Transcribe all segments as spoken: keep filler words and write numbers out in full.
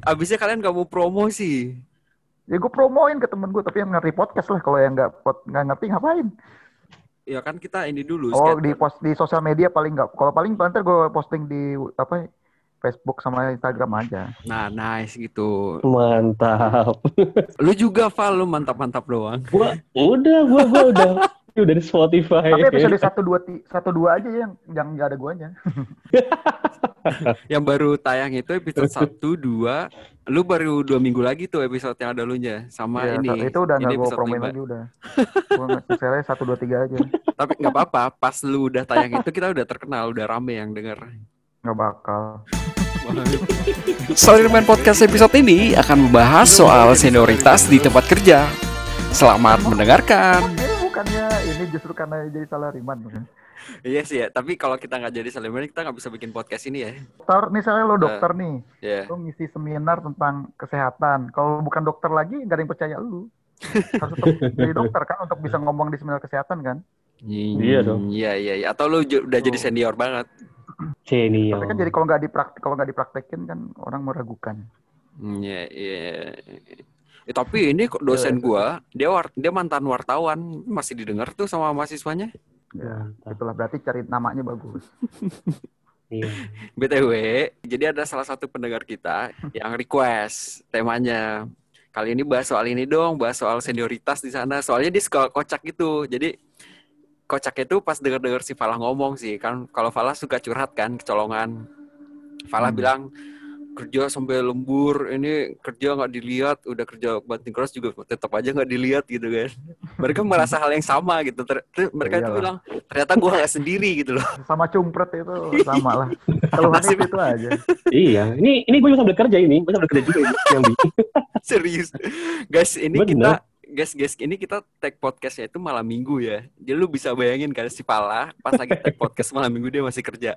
abisnya kalian gak mau promosi. Ya gue promoin ke temen gue, tapi yang ngerti podcast lah. Kalau yang nggak nggak ngerti ngapain? Ya kan kita ini dulu Oh di skater. post di sosial media paling nggak. Kalau paling nanti gue posting di apa Facebook sama Instagram aja. Nah, nice gitu. Mantap. Lu juga, Val, lu mantap-mantap doang. Gua udah, gua gua udah udah di Spotify. Tapi episode satu dua satu dua aja yang yang nggak ada guanya. Yang baru tayang itu episode satu, dua. Lu baru dua minggu lagi tuh episode yang ada lunya. Sama ya, ini. Itu udah nggak Ini gue episode promoin lima. lagi udah. Gue nge-share satu dua tiga aja. Tapi nggak apa-apa. Pas lu udah tayang itu kita udah terkenal, udah rame yang denger. Nggak bakal. Salaryman Podcast episode ini akan membahas soal senioritas di tempat kerja. Selamat mendengarkan. Ini bukannya ini justru karena jadi salaryman kan? Iya sih ya, tapi kalau kita nggak jadi salaryman kita nggak bisa bikin podcast ini ya. Dokter, misalnya lo dokter nih, yeah. lo ngisi seminar tentang kesehatan. Kalau bukan dokter lagi, nggak ada yang percaya lu. Harus tetap jadi dokter kan untuk bisa ngomong di seminar kesehatan kan? Iya dong. Iya iya. iya. Atau lu j- udah oh. jadi senior banget. Senior. Tapi kan jadi kalau nggak dipraktik, kalau nggak dipraktekin kan orang meragukan. Iya iya. Eh, tapi ini dosen gua, dia war, dia mantan wartawan, masih didengar tuh sama mahasiswanya. Ya, itulah berarti cari namanya bagus. Iya. B T W, jadi ada salah satu pendengar kita yang request temanya. Kali ini bahas soal ini dong, bahas soal senioritas di sana. Soalnya dia suka kocak gitu. Jadi kocak itu pas dengar-dengar si Falah ngomong sih. Kan kalau Falah suka curhat kan, kecolongan. Falah hmm. bilang, kerja sampai lembur, ini kerja nggak dilihat, udah kerja banting keras juga tetap aja nggak dilihat gitu kan. Mereka merasa hal yang sama gitu. Ter- ter- mereka itu bilang, ternyata gue nggak sendiri gitu loh. Sama cumpret itu sama lah. Kalau masih itu aja. Iya, ini ini gue sambil kerja ini, gue sambil kerja juga ini, yang di. Serius, guys ini Bener. kita, guys guys ini kita tag podcastnya itu malam minggu ya. Jadi lu bisa bayangin kan si Pala pas lagi tag podcast malam minggu dia masih kerja.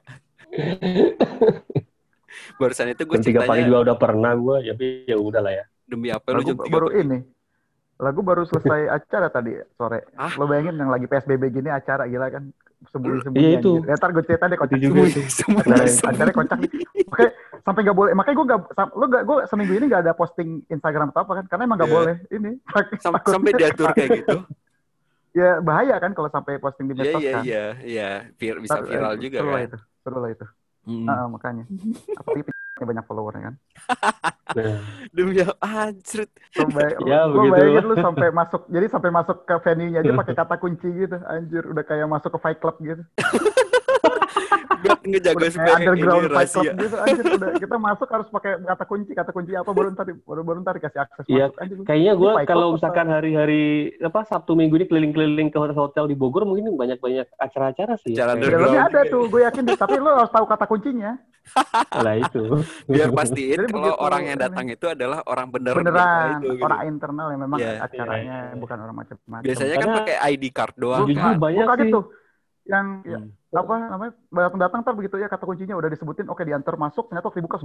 Barusan itu gue ceritanya tiga pagi juga udah pernah gue, tapi ya udah lah ya. Demi apa lu jam tiga baru pagi? ini lagu baru selesai acara tadi sore. Ah? Lo bayangin yang lagi P S B B gini acara gila kan, sembunyi-sembunyi. Iya itu. Ya, ntar gue cerita deh kocak juga. Acaranya kocak nih. Makanya sampai nggak boleh. Makanya gue nggak, lo nggak, gue seminggu ini nggak ada posting Instagram atau apa kan, karena emang nggak yeah. boleh ini. Sam- sampai diatur kayak gitu. Ya bahaya kan kalau sampai posting di medsos yeah, kan. Iya iya iya, bisa viral juga seru kan. Itu, seru lah itu. Hmm. Uh, makanya. Apalagi banyak followernya kan. Nah. Demi anjir. Ya gue bayangin lu sampai masuk, jadi sampai masuk ke venue-nya aja pakai kata kunci gitu. Anjir, udah kayak masuk ke Fight Club gitu. Buat ngejaga sebagai underground Fight Club gitu. Anjir, udah kita masuk harus pakai kata kunci, kata kunci apa baru ntar baru baru ntar dikasih akses ya, masuk. Anjir, kayaknya gue kalau misalkan apa? hari-hari apa Sabtu Minggu ini keliling-keliling ke hotel-hotel di Bogor mungkin banyak-banyak acara-acara sih. Acara ya. Dalamnya ada tuh, gue yakin deh. Tapi lo harus tahu kata kuncinya. Lah itu. Biar pastiin kalau orang yang datang itu adalah orang bener beneran itu, gitu. Orang internal yang memang yeah. acaranya yeah. bukan orang macam-macam. Biasanya kan pakai I D card doang. Kan? Banyak bukan sih. Gitu. Yang ya, hmm. apa namanya datang-datang tar begitu ya kata kuncinya udah disebutin, oke diantar masuk, ternyata waktu dibuka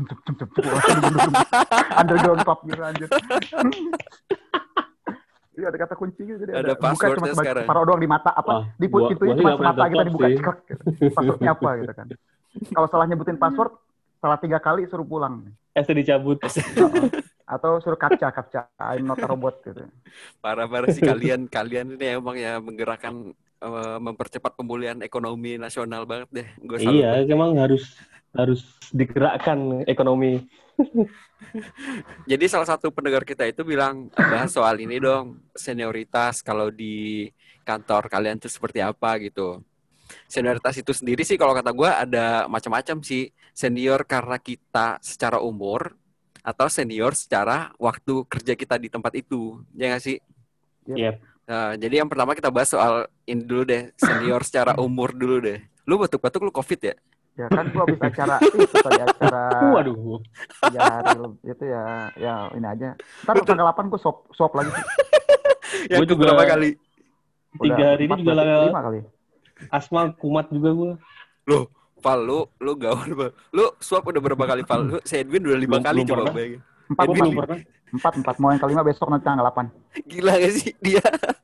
underground club gitu anjir. Iya ada kata kunci gitu, jadi ada, ada bukan cuma taruh doang di mata apa oh, di put pintunya cuma semata kita dibuka cekrek gitu. Passwordnya apa gitu kan. Kalau salah nyebutin password salah tiga kali suruh pulang. S dicabut. Atau suruh captcha captcha I'm not a robot gitu. Parah-parah sih kalian kalian ini emang ya menggerakkan uh, mempercepat pemulihan ekonomi nasional banget deh. Gua iya, emang harus harus digerakkan ekonomi. Jadi salah satu pendengar kita itu bilang bahas soal ini dong, senioritas kalau di kantor kalian tuh seperti apa gitu. Senioritas itu sendiri sih kalau kata gue ada macam-macam sih. Senior karena kita secara umur atau senior secara waktu kerja kita di tempat itu, ya nggak sih? Yep. Nah, jadi yang pertama kita bahas soal ini dulu deh, senior secara umur dulu deh. Lu batuk-batuk lu COVID ya? Ya kan gua habis acara itu tadi acara. Waduh. Ya itu ya ya ini aja. Ntar tanggal delapan gua swab swab lagi. Yang juga berapa kali? Tiga hari ini juga lah. lima kali. Asma kumat juga gua. Loh, Val, lu lu gawat banget. Lu swab udah berapa kali, Val? Lu si Edwin udah lima kali coba bayangin. Empat belum pernah. Empat empat mau yang kelima besok nanti tanggal delapan. Gila gak sih dia?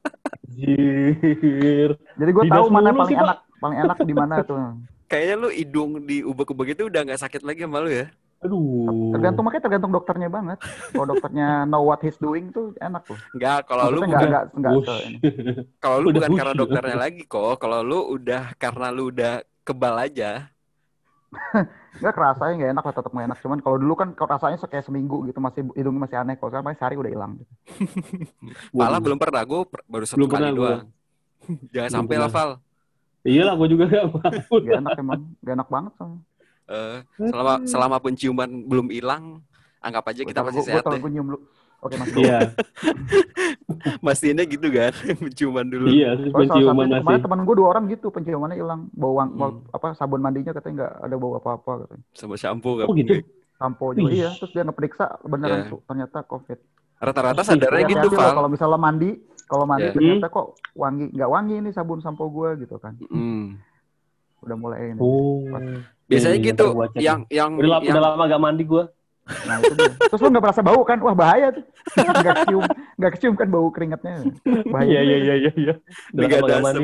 Jir. Jadi gua tahu mana paling enak, paling enak di mana tuh. Kayaknya lu hidung di ubek-ubek itu udah gak sakit lagi sama lu ya? Aduh. Tergantung, makanya tergantung dokternya banget. Kalau dokternya know what he's doing tuh enak tuh. Enggak, kalau lu Maksudnya bukan nggak nggak nggak ke ini. kalau lu Udah bukan karena wush. dokternya lagi kok. Kalau lu udah karena lu udah kebal aja. Nggak kerasanya nggak enak lah, tetap nggak enak. Cuman kalau dulu kan kalau rasanya kayak seminggu gitu, masih hidungnya masih aneh. Kalau sekarang paling sehari udah hilang. Gitu. Malah belum pernah, gue baru satu Belum kali pernah doang. Jangan Belum sampai lah, pernah. Val. Iyalah, gue juga gak mau. Gak enak emang, gak enak banget soalnya. Uh, selama selama penciuman belum hilang, anggap aja kita masih sehat deh. Gue nyium lu. Oke mas. Iya. Mastinnya gitu kan, penciuman dulu. Iya, penciuman masih. Kemarin teman gue dua orang gitu, penciumannya hilang, bau wang, hmm. apa sabun mandinya katanya nggak ada bau apa-apa katanya. Sama shampoo kan? Oh gitu. Sampo juga iya, terus dia ngeperiksa beneran yeah. ternyata COVID. Rata-rata sadarnya gitu, Val. Kalau misalnya mandi, kalau mandi yeah. ternyata kok wangi, nggak wangi ini sabun sampo gue gitu kan. Mm. Udah mulai ini. Oh. Biasanya gitu, yang yang udah, yang udah lama gak mandi gue. Nah itu dia. Terus lu nggak merasa bau kan? Wah bahaya tuh. Nggak kecium, nggak kecium kan bau keringatnya. Iya Bahaya. iya iya iya. iya. Udah lama gak mandi.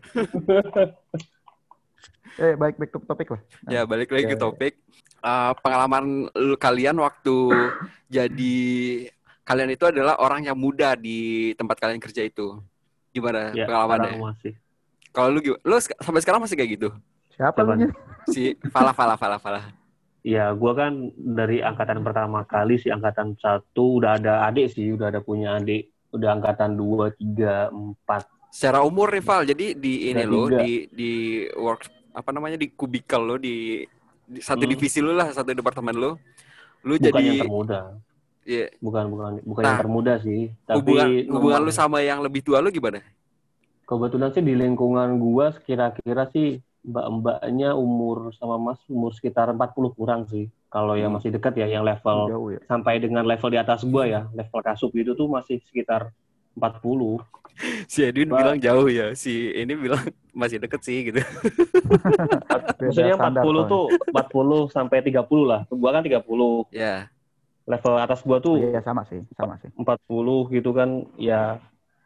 Eh baik baik ke topik lah. Nah, ya balik lagi ya, ke topik. Uh, pengalaman lu, kalian waktu jadi kalian itu adalah orang yang muda di tempat kalian kerja itu. Gimana ya, pengalamannya? Kalau lu gimana? Lu sampai sekarang masih kayak gitu? Siapa lu? Si Fala Fala Fala Fala. Ya, gue kan dari angkatan pertama kali sih, angkatan satu udah ada adik sih, udah ada punya adik, udah angkatan dua, tiga, empat. Secara umur rival, jadi di ini lo, di di work apa namanya di kubikel lo, di, di satu hmm. divisi lo lah, satu departemen lo, lo bukan jadi yang termuda. Iya. Yeah. Bukan bukan bukan nah, yang termuda sih. Tapi hubungan hubungan lo sama yang lebih tua lo gimana? Kebetulan sih di lingkungan gue kira-kira sih mbak-mbaknya umur sama mas umur sekitar empat puluh kurang sih. Kalau yang masih dekat ya, yang level jauh, ya. Sampai dengan level di atas gua ya, level kasub itu tuh masih sekitar empat puluh. Si Edwin bah, bilang jauh ya, si ini bilang masih deket sih gitu. Maksudnya empat puluh tuh empat puluh sampai tiga puluh lah. Gua kan tiga puluh. Ya. Yeah. Level atas gua tuh oh, iya sama sih, sama sih. empat puluh gitu kan ya.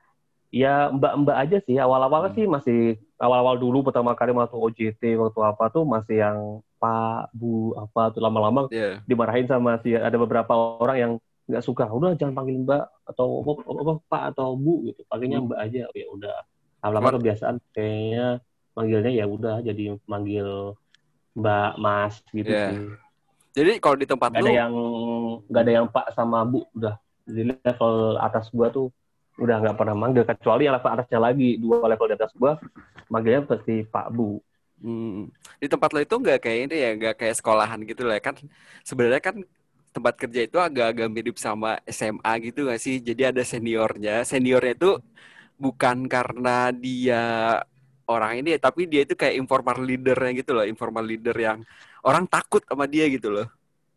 Ya mbak-mbak aja sih, awal-awal hmm. sih masih awal-awal dulu pertama kali waktu O J T waktu apa tuh masih yang Pak, Bu, apa tuh lama-lama yeah. dimarahin sama si ada beberapa orang yang nggak suka, udah jangan panggil Mbak atau apa, apa Pak atau Bu gitu, panggilnya hmm. Mbak aja, ya udah. Lama-lama kebiasaan kayaknya manggilnya ya udah jadi manggil Mbak, Mas gitu yeah. sih. Jadi kalau di tempat gak lu ada yang nggak ada yang Pak sama Bu, udah. Jadi level atas gua tuh udah nggak pernah manggil, kecuali yang level atasnya lagi, dua level di atas gua manggilnya pasti Pak Bu. Hmm. Di tempat lo itu nggak kayak ini ya, nggak kayak sekolahan gitu lah kan? Sebenarnya kan tempat kerja itu agak-agak mirip sama S M A gitu nggak sih? Jadi ada seniornya, seniornya itu bukan karena dia orang ini, tapi dia itu kayak informal leadernya gitu loh, informal leader yang orang takut sama dia gitu loh.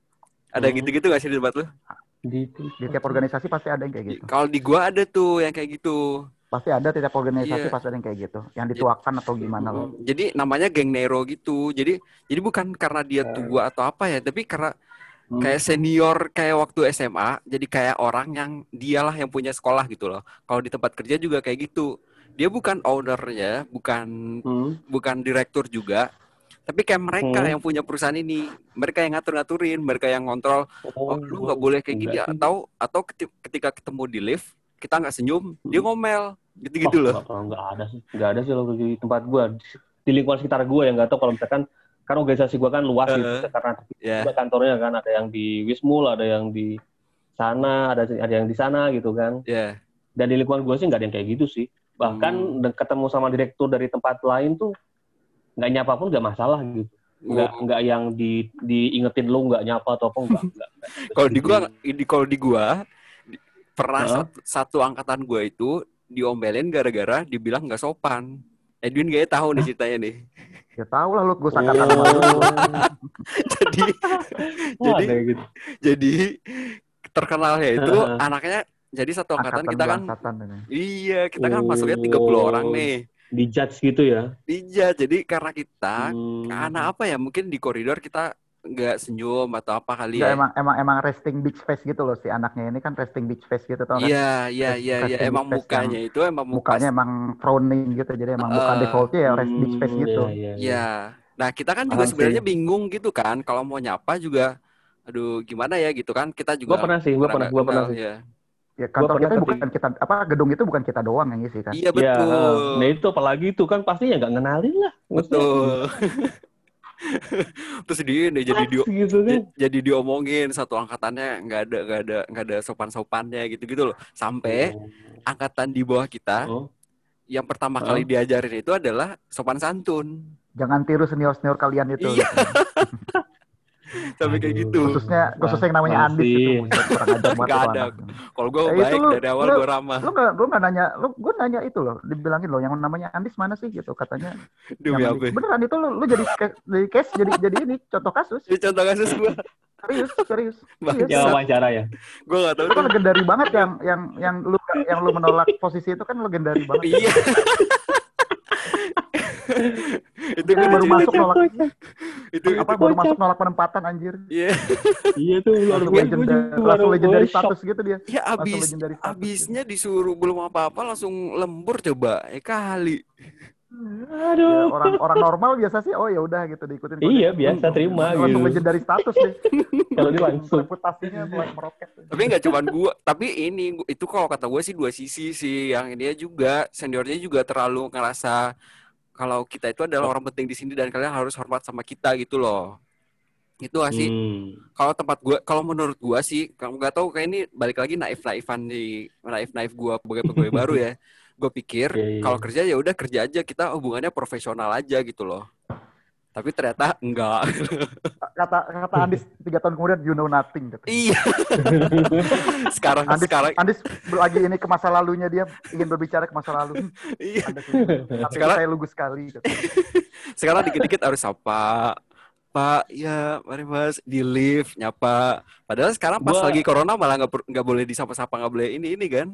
Ada hmm. gitu-gitu nggak sih di tempat lo? Di, di tiap organisasi pasti ada yang kayak gitu. Kalau di gua ada tuh yang kayak gitu. Pasti ada tiap organisasi yeah. pasti ada yang kayak gitu. Yang dituakan atau gimana loh. Jadi namanya geng Nero gitu. Jadi jadi bukan karena dia tua atau apa ya, tapi karena hmm. kayak senior kayak waktu S M A, jadi kayak orang yang dialah yang punya sekolah gitu loh. Kalau di tempat kerja juga kayak gitu. Dia bukan ownernya, bukan hmm. bukan direktur juga. Tapi kayak mereka hmm. yang punya perusahaan ini, mereka yang ngatur-ngaturin, mereka yang ngontrol. Oh, oh lu nggak boleh kayak gini. Atau atau ketika ketemu di lift, kita nggak senyum, hmm. dia ngomel, gitu-gitu oh, loh. Nggak ada sih, nggak ada sih loh di tempat gue, di lingkungan sekitar gue yang nggak tahu kalau misalkan kan organisasi gue kan luas uh, gitu, karena yeah. kantornya kan ada yang di Wismul, ada yang di sana, ada ada yang di sana gitu kan. Yeah. Dan di lingkungan gue sih nggak ada yang kayak gitu sih. Bahkan hmm. ketemu sama direktur dari tempat lain tuh nggak nyapa pun nggak masalah gitu, nggak oh. nggak yang di diingetin lu nggak nyapa atau apa nggak. Kalau di gua, di kalau di gua pernah huh? satu, satu angkatan gua itu diomelin gara-gara dibilang nggak sopan. Edwin kayaknya tahu nih ceritanya nih. Ya tahu lah lu, gua angkatan sama lu. jadi jadi gitu. jadi terkenalnya itu uh-huh. anaknya jadi satu angkatan, angkatan kita kan. Angkatan, iya kita kan oh. masuknya tiga puluh orang nih. Dijudge gitu ya? Dijudge, jadi karena kita hmm. karena apa ya, mungkin di koridor kita nggak senyum atau apa kali ya. Emang emang emang resting bitch face gitu loh si anaknya ini kan, resting bitch face gitu tau kan? Iya iya iya iya emang mukanya itu emang muka... mukanya emang frowning gitu, jadi emang uh, muka defaultnya ya rest bitch face gitu. Iya. iya, iya. Nah kita kan juga sebenarnya bingung gitu kan, kalau mau nyapa juga aduh gimana ya gitu kan, kita juga Gua pernah sih, gua pernah, gua pernah sih. Ya. Ya kantor Gua kita pernah bukan ketik- kita apa gedung itu bukan kita doang yang ngisi kan. Iya Ya, betul. nah itu apalagi itu kan pastinya nggak ngenalin lah. Maksudnya, Betul. Terus dia nih jadi pas di, gitu kan. jadi diomongin satu angkatannya nggak ada nggak ada nggak ada sopan-sopannya gitu-gitu loh. Sampai Oh. angkatan di bawah kita Oh. yang pertama Hah? kali diajarin itu adalah sopan santun. Jangan tiru senior-senior kalian itu. Iya. Sampai kayak gitu. Khususnya khususnya yang namanya Andis itu, buset, kurang ajar banget Nggak itu ada. anak. Kalau gue Eh, itu baik lu- dari awal lu- gue ramah. Lu nggak, lu nggak nanya, lu gue nanya itu loh, dibilangin loh, yang namanya Andis mana sih gitu katanya. Demi yang apa? Andis. Beneran itu lu, lu jadi case, jadi case, jadi jadi ini contoh kasus. Ini contoh kasus gue. Serius, serius. Bangsat. Serius. Ya wawancara ya. Gue nggak tahu Itu kan tuh. legendary banget yang yang yang lu yang lu menolak posisi itu kan legendary banget. Iya. Itu Dia gue baru lucu masuk itu. nolak Itu apa itu. baru masuk nolak penempatan anjir. Iya. Iya tuh luar Langsung biasa. legenda, Gua juga langsung baru- legendary gua shock. status gitu dia. Ya Langsung abis legendary status abisnya disuruh belum apa-apa langsung lembur coba. Eh kali. Ya, Aduh. orang orang normal biasa sih oh ya udah gitu diikutin. Iya, biasa terima Langsung gitu. legendary status deh. Kalau dia langsung. Reputasinya mulai meroket. Tapi nggak cuman gua, tapi ini gua- itu kalau kata gue sih dua sisi sih. Yang dia juga seniornya juga terlalu ngerasa kalau kita itu adalah orang penting di sini dan kalian harus hormat sama kita gitu loh. Itu nggak sih? Hmm. Kalau tempat gua, kalau menurut gua sih, kamu nggak tahu kayak ini balik lagi naif-naifan di naif-naif gua sebagai pegawai baru ya. Gue pikir Iya, iya. kalau kerja ya udah kerja aja, kita hubungannya profesional aja gitu loh. Tapi ternyata enggak. Kata kata Andis tiga tahun kemudian you know nothing gitu. Iya. sekarang Andis, sekarang Andis lagi ini ke masa lalunya dia ingin berbicara ke masa lalu. iya. Ada sekarang Sekarang- saya lugu sekali. Gitu. Sekarang dikit-dikit harus sapa. Pak, ya mari mas di lift nyapa. Padahal sekarang pas Gua- lagi corona malah nggak per- nggak boleh disapa-sapa, nggak boleh ini ini kan.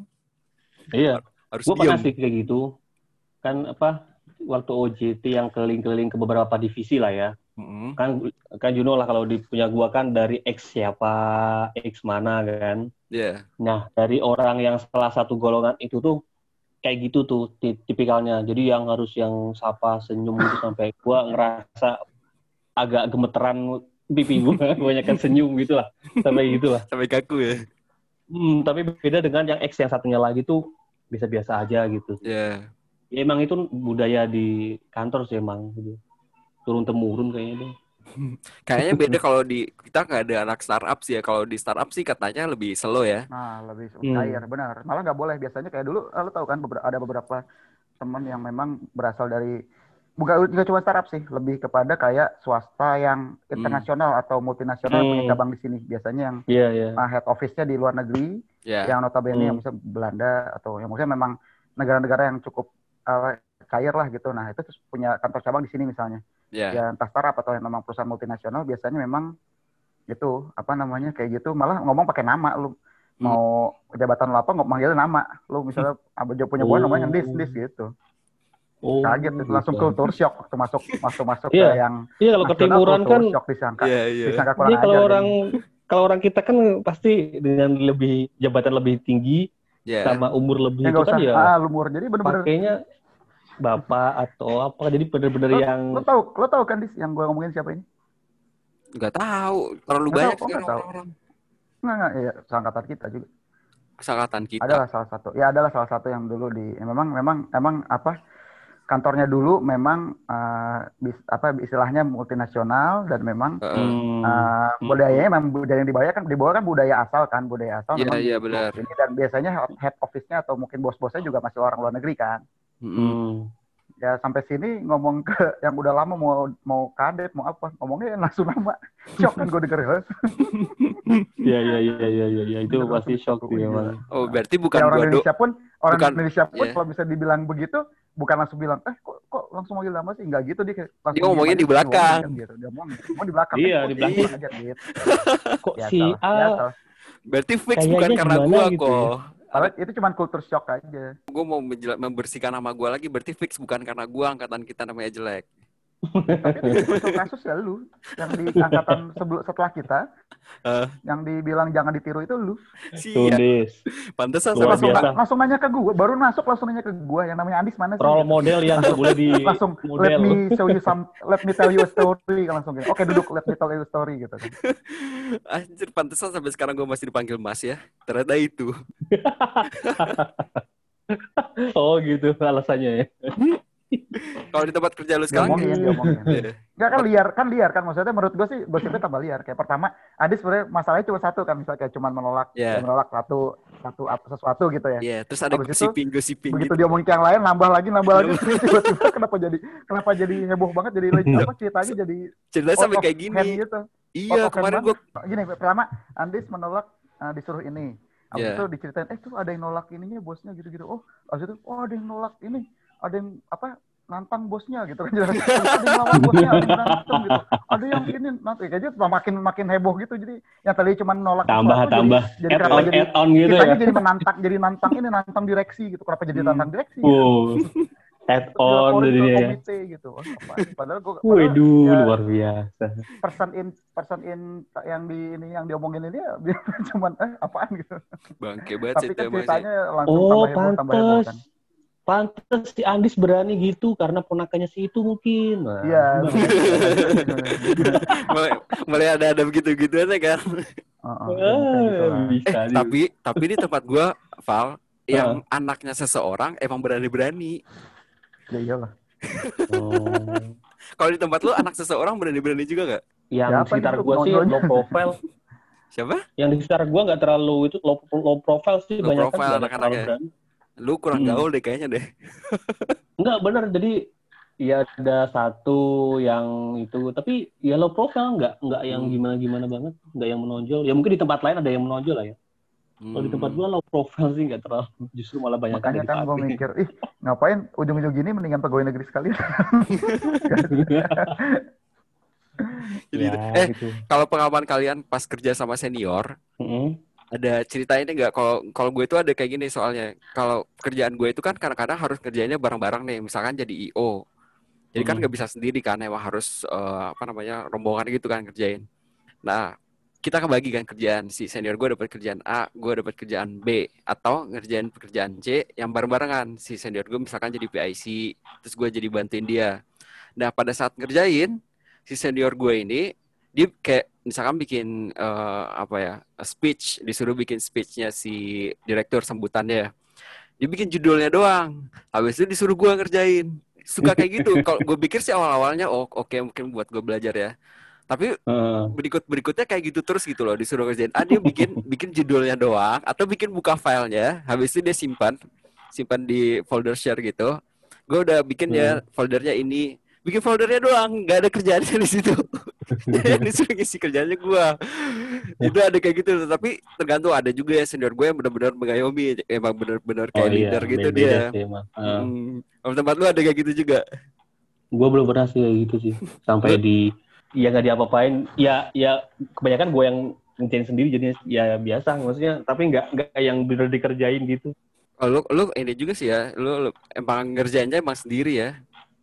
Iya. Harus Gue pernah diem. sih kayak gitu. Kan apa waktu O J T yang keliling-keliling ke beberapa divisi lah ya. Mm-mm. Kan kan you know lah kalau di punya gua kan dari X siapa, X mana kan. Iya. Nah, dari orang yang salah satu golongan itu tuh kayak gitu tuh tipikalnya. Jadi yang harus yang sapa senyum gitu sampai gua ngerasa agak gemeteran pipi gua kebanyakan senyum gitu lah. Sampai gitu lah. Sampai kaku ya. Hmm, tapi beda dengan yang X yang satunya lagi tuh bisa biasa aja gitu. Iya. Ya, emang itu budaya di kantor sih emang gitu. Turun temurun kayaknya deh. Kayaknya beda kalau di kita nggak ada anak startup sih ya. Kalau di startup sih katanya lebih slow ya. Nah, lebih Hmm. cair, benar. Malah nggak boleh biasanya kayak dulu, lo tahu kan beber- ada beberapa teman yang memang berasal dari bukan nggak cuma startup sih, lebih kepada kayak swasta yang internasional atau multinasional yang punya Hmm. cabang di sini. Biasanya yang Iya, iya. uh, head office-nya di luar negeri, Ya. yang notabene Hmm. yang misalnya Belanda atau yang mungkin memang negara-negara yang cukup uh, kaya lah gitu. Nah, itu terus punya kantor cabang di sini misalnya. Ya. Ya entah startup atau yang memang perusahaan multinasional biasanya memang itu apa namanya kayak gitu malah ngomong pakai nama lu mau jabatan lu apa ngomong manggil nama lu misalnya hmm. punya buah Oh. namanya dis dis gitu Oh, kaget itu langsung gitu. kultur shock waktu masuk masuk masuk Iya. ke yang Iya, kalau nasional, ketimuran kultur kan shock disangka Iya, iya. disangka kurang ini kalau ajar orang gitu. kalau orang kita kan pasti dengan lebih jabatan lebih tinggi Ya. sama umur lebih ya itu nggak kan usah ya ah lumur jadi bener-bener pakainya bapak atau apa jadi bener-bener lo, yang lo tahu lo tahu kan dis yang gue ngomongin siapa ini Nggak tahu. Terlalu Nggak banyak tahu, oh, sekarang nggak tahu. orang-orang. nggak nggak ya seangkatan kita juga Kesangkatan kita. adalah salah satu ya adalah salah satu yang dulu di ya memang memang memang apa kantornya dulu memang uh, bis, apa istilahnya multinasional dan memang Uh, hmm, uh, Hmm. budayanya memang budaya yang dibawa kan dibawa kan budaya asal kan budaya asal Iya, memang iya, di- benar. ini dan biasanya head office-nya atau mungkin bos-bosnya juga masih orang luar negeri kan mm-mm. hmm. ya sampai sini ngomong ke yang udah lama mau mau kadet mau apa ngomongnya langsung nama shock kan gue denger ya Iya, iya, iya, iya, iya, iya, itu Bener, pasti langsung shock satu, sih iya. emang. Oh, berarti bukan ya orang gua do. Indonesia pun orang bukan- Indonesia pun iya. kalau bisa dibilang begitu bukan langsung bilang eh kok kok langsung manggil nama sih nggak gitu dia kayak langsung Dia ngomongnya diem di aja, belakang. ngomong gitu. Dia ngomong ngomong di belakang Iya, eh, di kok belakang. kurang ajar, gitu. Kok Biasa si lah, A biasa lah. Berarti fix Kayaknya bukan karena gimana gua gitu kok. Padahal itu cuma kultur shock aja. Gue mau menjela- membersihkan nama gua lagi, berarti fix bukan karena gua angkatan kita namanya jelek. Tapi itu muncul kasus ya lu yang di angkatan sebelum setelah kita Uh, yang dibilang jangan ditiru itu lu. sih ya. Tulis. Pantesan Luar sampai Langsung biasa. langsung nanya ke gue, baru masuk langsung nanya ke gue yang namanya Andis mana sih? Role Gitu. model yang nggak boleh di Langsung model. let me show you some, let me tell you a story langsung gitu. Oke duduk, let me tell you a story gitu kan. Anjir, pantesan sampai sekarang gue masih dipanggil Mas ya. Ternyata itu. Oh gitu alasannya ya. Kalau di tempat kerja lu sekarang Diomongin, diomongin. Iya. Enggak kan liar, kan liar kan maksudnya menurut gue sih gosipnya tambah liar. Kayak pertama, Adis sebenarnya masalahnya cuma satu kan, misalnya kayak cuma menolak, Iya. ya menolak satu satu apa sesuatu gitu ya. Iya, terus ada Habis itu, gosiping-gosiping Begitu gitu. dia ngomongin ke yang lain, nambah lagi, nambah lagi, tiba-tiba kenapa jadi kenapa jadi heboh banget, jadi apa ceritanya jadi Ceritanya out sampai of kayak hand gini. gitu. Iya, Out of hand kemarin banget. gue Gini, pertama Andis menolak uh, disuruh ini. Habis Iya. itu diceritain, eh tuh ada yang nolak ininya bosnya gitu-gitu. Oh, habis itu oh ada yang nolak ini, ada yang apa nantang bosnya gitu kan. Habis itu ada yang lawan bosnya, ada yang berantem gitu. Ada yang ini nanti kayak gitu makin makin heboh gitu. Jadi yang tadi cuma nolak Tambah sesuatu tambah jadi jadi add kenapa on jadi add on gitu kitanya ya. jadi menantang jadi nantang ini nantang direksi gitu. Kenapa jadi Hmm. nantang direksi? Gitu. Oh, add Terus on dilaporin ke jadinya ya. komite gitu. Wah, apaan? Padahal gue Waduh, padahal ya luar biasa. person in person in yang di ini yang diomongin ini ya biar cuman eh apaan gitu. bangke banget sih Tapi kan itu emang sih. ceritanya langsung Oh, tambah heboh tambah heboh kan. pantes. Pantes si Andis berani gitu karena ponakannya si itu mungkin. Nah, Iya. mulai, mulai ada ada begitu-gitu aja kan. Heeh, ya kayak gitu lah. Eh, bisa juga. tapi tapi di tempat gua, Val, yang Ah. anaknya seseorang emang berani-berani. Ya iyalah. Oh. Kalau di tempat lu anak seseorang berani-berani juga gak? Yang Siapa sekitar nih, gue sih nonjolnya? low profile. Siapa? Yang di sekitar gue nggak terlalu itu low, low profile sih, Low banyak kan profile nggak ada anak-anak terlalu ya? berani. Lu kurang Hmm. gaul deh kayaknya deh. Enggak bener, jadi ya ada satu yang itu, tapi ya low profile, nggak nggak yang Hmm. gimana-gimana banget, nggak yang menonjol. Ya mungkin di tempat lain ada yang menonjol lah ya. Kalau di tempat Hmm. gue low profile sih nggak terlalu, justru malah banyak Makanya yang kan gue dipakai. mikir, ih ngapain ujung-ujung gini mendingan pegawai negeri sekalian. Jadi, Ya, eh gitu. kalau pengalaman kalian pas kerja sama senior, Mm-mm. ada cerita ini nggak? Kalau kalau gue itu ada kayak gini soalnya. Kalau kerjaan gue itu kan kadang-kadang harus kerjanya bareng-bareng nih. Misalkan jadi I O. Jadi kan Mm. nggak bisa sendiri kan, emang harus eh, apa namanya rombongan gitu kan kerjain. Nah, kita kebagi kan kerjaan. Si senior gue dapat kerjaan A, gue dapat kerjaan B, atau ngerjain pekerjaan C yang bareng-barengan. Si senior gue misalkan jadi P I C, terus gue jadi bantuin dia. Nah, pada saat ngerjain, si senior gue ini dia kayak misalkan bikin eh, apa ya speech, disuruh bikin speechnya si direktur sambutannya. Dia bikin judulnya doang. Habis itu disuruh gue ngerjain. Suka kayak gitu. Kalau gue pikir sih awal-awalnya oh oke okay, mungkin buat gue belajar ya. Tapi Uh. berikut-berikutnya kayak gitu terus gitu loh, disuruh ngerjain. Ah dia bikin bikin judulnya doang atau bikin buka filenya, habis itu dia simpan simpan di folder share gitu. Gue udah bikin ya foldernya ini, bikin foldernya doang, nggak ada kerjaannya di situ. Disuruh ngisi kerjanya gue. Itu ada kayak gitu, tapi tergantung, ada juga ya senior gue yang benar-benar mengayomi, emang benar-benar kayak Oh iya, leader gitu beda dia. sih emang. Uh. Hmm. Kalau tempat lu ada kayak gitu juga? Gue belum pernah sih kayak gitu sih. Sampai di ya nggak diapa-apain. Ya ya kebanyakan gue yang ngerjain sendiri jadinya ya biasa maksudnya. Tapi nggak nggak yang bener dikerjain gitu. Oh, lu lu ini juga sih ya. Lu, lu emang ngerjainnya emang sendiri ya.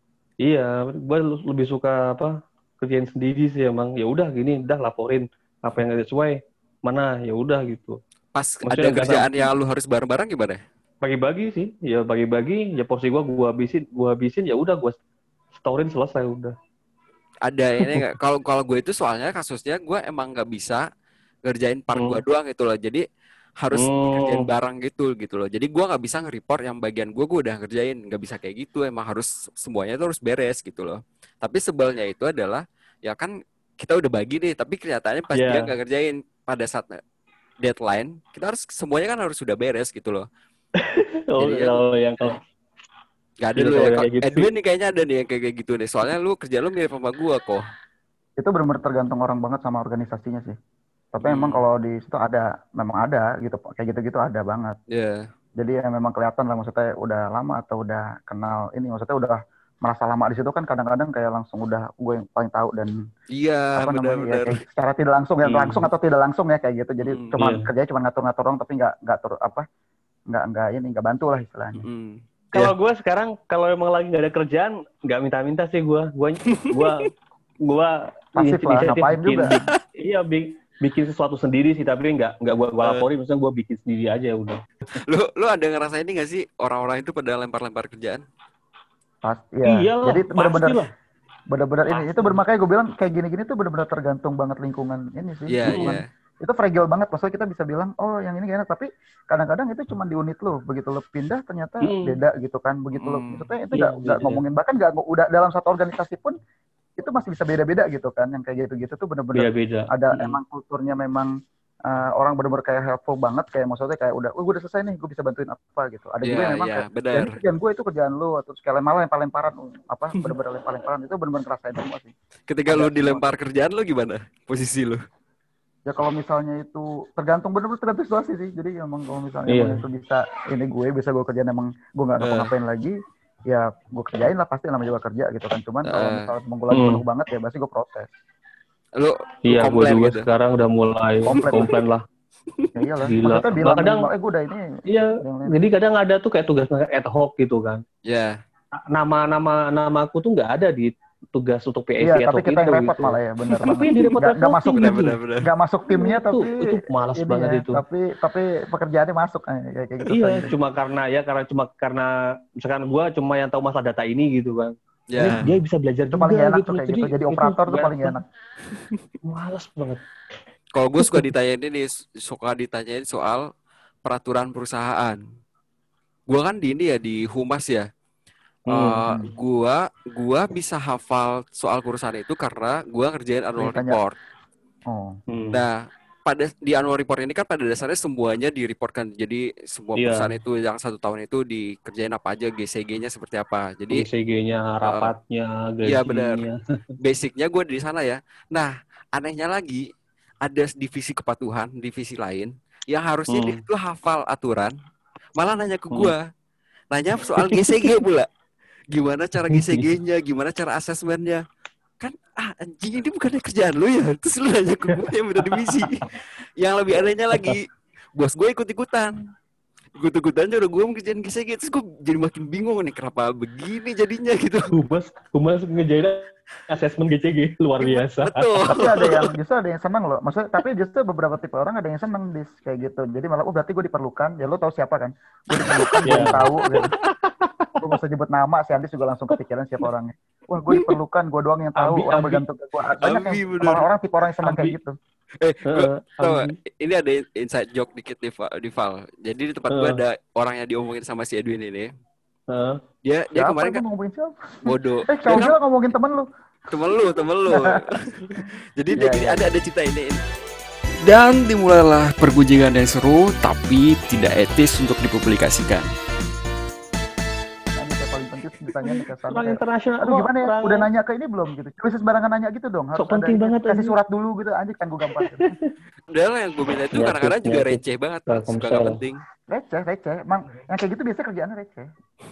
Iya, gue lebih suka apa kerjain sendiri sih emang. Ya udah gini, udah laporin apa yang nggak sesuai mana ya udah gitu. Pas Maksudnya ada kerjaan sam- yang lu harus bareng-bareng gimana? Bagi-bagi sih, ya bagi-bagi. Ya porsi gue gue habisin, gue habisin ya udah gue setorin selesai udah. Ada ini nggak? Kalau kalau gue itu soalnya kasusnya gue emang nggak bisa ngerjain part Hmm. gue doang itu loh. Jadi harus Hmm. dikerjain bareng gitu gitu loh. Jadi gue nggak bisa nge-report yang bagian gue gue udah ngerjain, nggak bisa kayak gitu. Emang harus semuanya itu harus beres gitu loh. Tapi sebelnya itu adalah ya kan kita udah bagi nih, tapi kelihatannya pas Yeah. dia nggak ngerjain pada saat deadline, kita harus semuanya kan harus sudah beres gitu loh. Oh, Jadi ya kalau yang kalau nggak ada Iya, lu kalau ya. yang Kak kayak gitu Edwin sih. nih kayaknya ada nih yang kayak kayak gitu nih. Soalnya lu kerja lu mirip sama gua kok. Itu benar-benar tergantung orang banget sama organisasinya sih. Tapi Hmm. emang kalau di situ ada, memang ada gitu, kayak gitu-gitu ada banget. Iya. Jadi ya memang kelihatan lah, maksudnya udah lama atau udah kenal ini, maksudnya udah merasa lama di situ kan kadang-kadang kayak langsung udah gue yang paling tahu dan Iya, apa namanya ya benar-benar. kayak secara tidak langsung ya Hmm. langsung atau tidak langsung ya kayak gitu. Jadi Hmm, cuma iya. kerjanya cuma ngatur-ngatur doang tapi nggak nggak tur apa nggak nggak ini nggak bantu lah istilahnya. Mm-mm. kalau gue sekarang kalau emang lagi nggak ada kerjaan, nggak minta-minta sih gue. Gue gue gue Pasif lah, ngapain bikin, juga. bikin, iya bikin, bikin sesuatu sendiri sih, tapi nggak nggak gue gue laporin, misalnya gue bikin sendiri aja udah. Lu lu ada ngerasain ini nggak sih orang-orang itu pada lempar-lempar kerjaan? Pasti ya. Iyalah, Jadi benar-benar pastilah. benar-benar ini Pasti. itu bermakanya gue bilang kayak gini-gini tuh benar-benar tergantung banget lingkungan ini sih. Iya, Lingkungan. iya. Itu fragile banget. Maksudnya kita bisa bilang, oh yang ini gak enak, tapi kadang-kadang itu cuma di unit lo. Begitu lo pindah ternyata Hmm. beda gitu kan. Begitu lo, Hmm. maksudnya itu Iya, nggak nggak beda. ngomongin, bahkan nggak udah dalam satu organisasi pun itu masih bisa beda-beda gitu kan. Yang kayak gitu-gitu tuh benar-benar Beda-beda. ada Hmm. emang kulturnya memang uh, orang benar-benar kayak helpful banget, kayak maksudnya kayak udah, oh gue udah selesai nih, gue bisa bantuin apa gitu. Ada juga Iya, yang memang iya, kayak, benar. ya ini kerjaan gue itu kerjaan lo, atau sekalian malah lempar-lemparan, apa benar-benar lempar-lemparan itu benar-benar ngerasain semua sih. Ketika Ada lu semua. dilempar kerjaan lu gimana posisi lu? Ya kalau misalnya itu tergantung benar-benar tergantung situasi sih. Jadi emang kalau misalnya Iya. emang itu bisa ini gue bisa gue kerjain, emang gue nggak Eh. ngapa-ngapain lagi, ya gue kerjain lah, pasti namanya juga kerja gitu kan. Cuman kalau Eh. misalnya emang gue lagi Hmm. penuh banget ya pasti gue protes. Lu, lu Iya, gue komplain juga gitu. sekarang udah mulai Komplain. komplain lah. Ya iyalah. Gila. Maksudnya bilang Kadang- minimal, eh gue udah ini. Iya, yang lain. jadi kadang ada tuh kayak tugas ad hoc gitu kan. Ya. Nama-nama nama aku tuh nggak ada di tugas untuk P A C Iya, ad tapi hoc kita yang itu, repot gitu. malah ya, bener Tapi banget. yang direpot Nggak- nggak masuk, Benar, benar, benar. Nggak masuk timnya Itu- tapi itu malas ini banget ya, itu. Tapi tapi pekerjaannya masuk eh, kayak kayak gitu. Iya, saja. cuma karena ya karena cuma karena misalkan gua cuma yang tahu masalah data ini gitu kan. Ini Ya. dia bisa belajar Itu juga paling enak gitu. tuh kayak gitu. Jadi operator tuh nggak- paling enak. Malas banget. Kalau gue suka ditanyain ini, suka ditanyain soal peraturan perusahaan. Gua kan di ini ya di humas ya. Hmm. Uh, gua gua bisa hafal soal perusahaan itu karena gua ngerjain annual Ditanya. report. Oh. Hmm. Nah, pada di annual report ini kan pada dasarnya semuanya direportkan. Jadi semua Iya. perusahaan itu yang satu tahun itu dikerjain apa aja, G C G-nya seperti apa. Jadi C G-nya, rapatnya, gajinya. iya, benar. basicnya gue di sana ya. Nah, anehnya lagi ada divisi kepatuhan, divisi lain yang harusnya Hmm. dia itu hafal aturan, malah nanya ke Hmm. gue, nanya soal G C G pula. Gimana cara G C G-nya, gimana cara asesmennya. Kan, ah anjing ini bukannya kerjaan lu ya? Terus lu nanya ke gue yang beda divisi. Yang lebih anehnya lagi, bos gue ikut-ikutan. Ikut-ikutan udah gue ngerjain G C G. Terus gue jadi makin bingung nih, kenapa begini jadinya gitu. Humas, humas ngejain asesmen G C G luar biasa. Betul. Tapi ada yang justru ada yang senang loh. Maksudnya tapi justru beberapa tipe orang ada yang senang dis kayak gitu. Jadi malah oh berarti gue diperlukan. Ya lo tahu siapa kan? Gue diperlukan, gue Iya. tahu gitu. Gue gak usah nyebut nama, si Andis juga langsung kepikiran siapa orangnya. Wah gue diperlukan, gue doang yang tahu. Ambi, orang ambi. bergantung ke gue. Banyak Ambi, yang bener. malah orang tipe orang yang senang Ambi. kayak gitu. Eh, gue Heeh, tau gak? ambi. Ini ada inside joke dikit di, Val- di Val. Jadi di tempat gue Heeh. ada orang yang diomongin sama si Edwin ini. Heeh. Dia dia Siapa kemarin itu kan ngomongin siapa? bodoh. Eh Dia kau kan juga ngomongin temen lu. temen lu, temen lu. Jadi dia Iya, gini, iya. ada ada cerita ini. Dan dimulailah pergunjingan yang seru tapi tidak etis untuk dipublikasikan. Nanya kayak paling penting ditanyain ke sana. Orang kayak, internasional. aduh gimana ya? orang- Udah nanya ke ini belum gitu? Bisa sembarangan nanya gitu dong. Harus Sok penting ada ini. banget, Kasih anjing. surat dulu gitu. Anjing kan gue gampang. Gitu. Padahal yang gue minta itu Nyakit, kadang-kadang juga nyakit. receh banget, suka Telkomsel. gak penting. Receh, receh. Emang yang kayak gitu biasanya kerjaannya receh.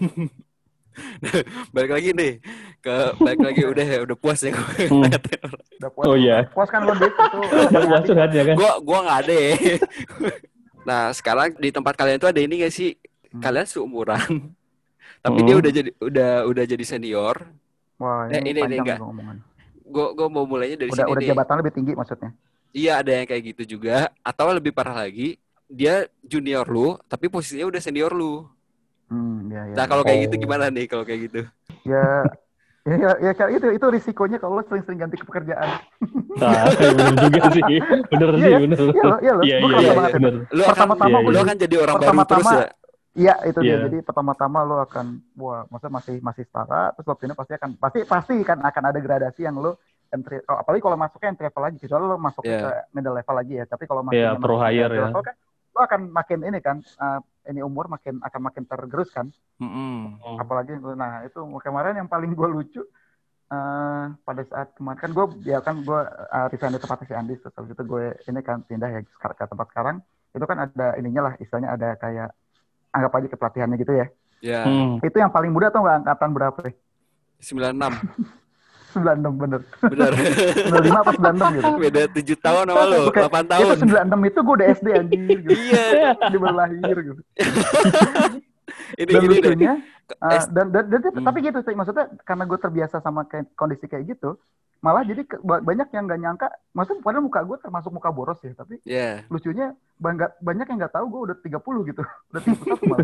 Balik lagi nih ke balik lagi udah ya udah puas ya gue. Hmm. Udah puas. Oh, iya. Puas kan lo Dis itu. Udah puas tuh kan ya kan? Gua gua nggak ada. ya. Nah sekarang di tempat kalian tuh ada ini gak sih? Hmm. Kalian seumuran, tapi Hmm. dia udah jadi udah udah jadi senior. Wah, Eh, ini, ini- ini panjang enggak. nih ngomongan. Gue gue mau mulainya dari Udah sini udah nih. jabatan lebih tinggi maksudnya. Iya ada yang kayak gitu juga. Atau lebih parah lagi, dia junior lu, tapi posisinya udah senior lu. Hmm, ya, ya. Nah kalau kayak Oh. gitu gimana nih kalau kayak gitu? ya, ya, ya, ya, kayak itu itu risikonya kalau lo sering-sering ganti pekerjaan. Nah, bener juga sih. Bener Iya sih, ya? bener. Iya loh, iya loh. Iya, Gue iya, kerasa iya, banget itu. bener. Lu akan Pertama-tama Iya, lu iya. akan jadi orang baru Pertama-tama- terus ya? Iya itu dia. Iya. Jadi pertama-tama lo akan, wah, maksudnya masih masih setara, terus lo pindah pasti akan pasti pasti kan akan ada gradasi yang lo entry, oh, apalagi kalau masuknya entry level lagi, kecuali lo masuknya Iya. ke middle level lagi ya. Tapi kalau masih Iya, pro hire ya. level kan, lo akan makin ini kan, uh, ini umur makin akan makin tergerus kan. Mm-mm. Apalagi nah itu kemarin yang paling gue lucu uh, pada saat kemarin kan gue ya kan gue uh, resign di tempat si Andis, terus habis itu gue ini kan pindah ya ke ke tempat sekarang itu kan ada ininya lah, istilahnya ada kayak anggap aja kepelatihannya gitu ya. Ya, Hmm. Itu yang paling muda atau nggak angkatan berapa? ya? sembilan puluh enam. sembilan puluh enam bener. Benar. sembilan puluh lima apa sembilan puluh enam gitu. Beda tujuh tahun sama lu, Oke, delapan Itu tahun. sembilan puluh enam itu gue udah S D anjir gitu. Iya. Dia baru lahir gitu. ini Dan ini deh. lucunya, uh, Es- dan, dan, dan Hmm. tapi gitu sih, maksudnya karena gue terbiasa sama kayak, kondisi kayak gitu, malah jadi ke- ba- banyak yang nggak nyangka, maksudnya padahal muka gue termasuk muka boros ya, tapi Ya. lucunya bangga, banyak yang nggak tahu gue udah tiga puluh gitu, udah tiga puluh satu malah.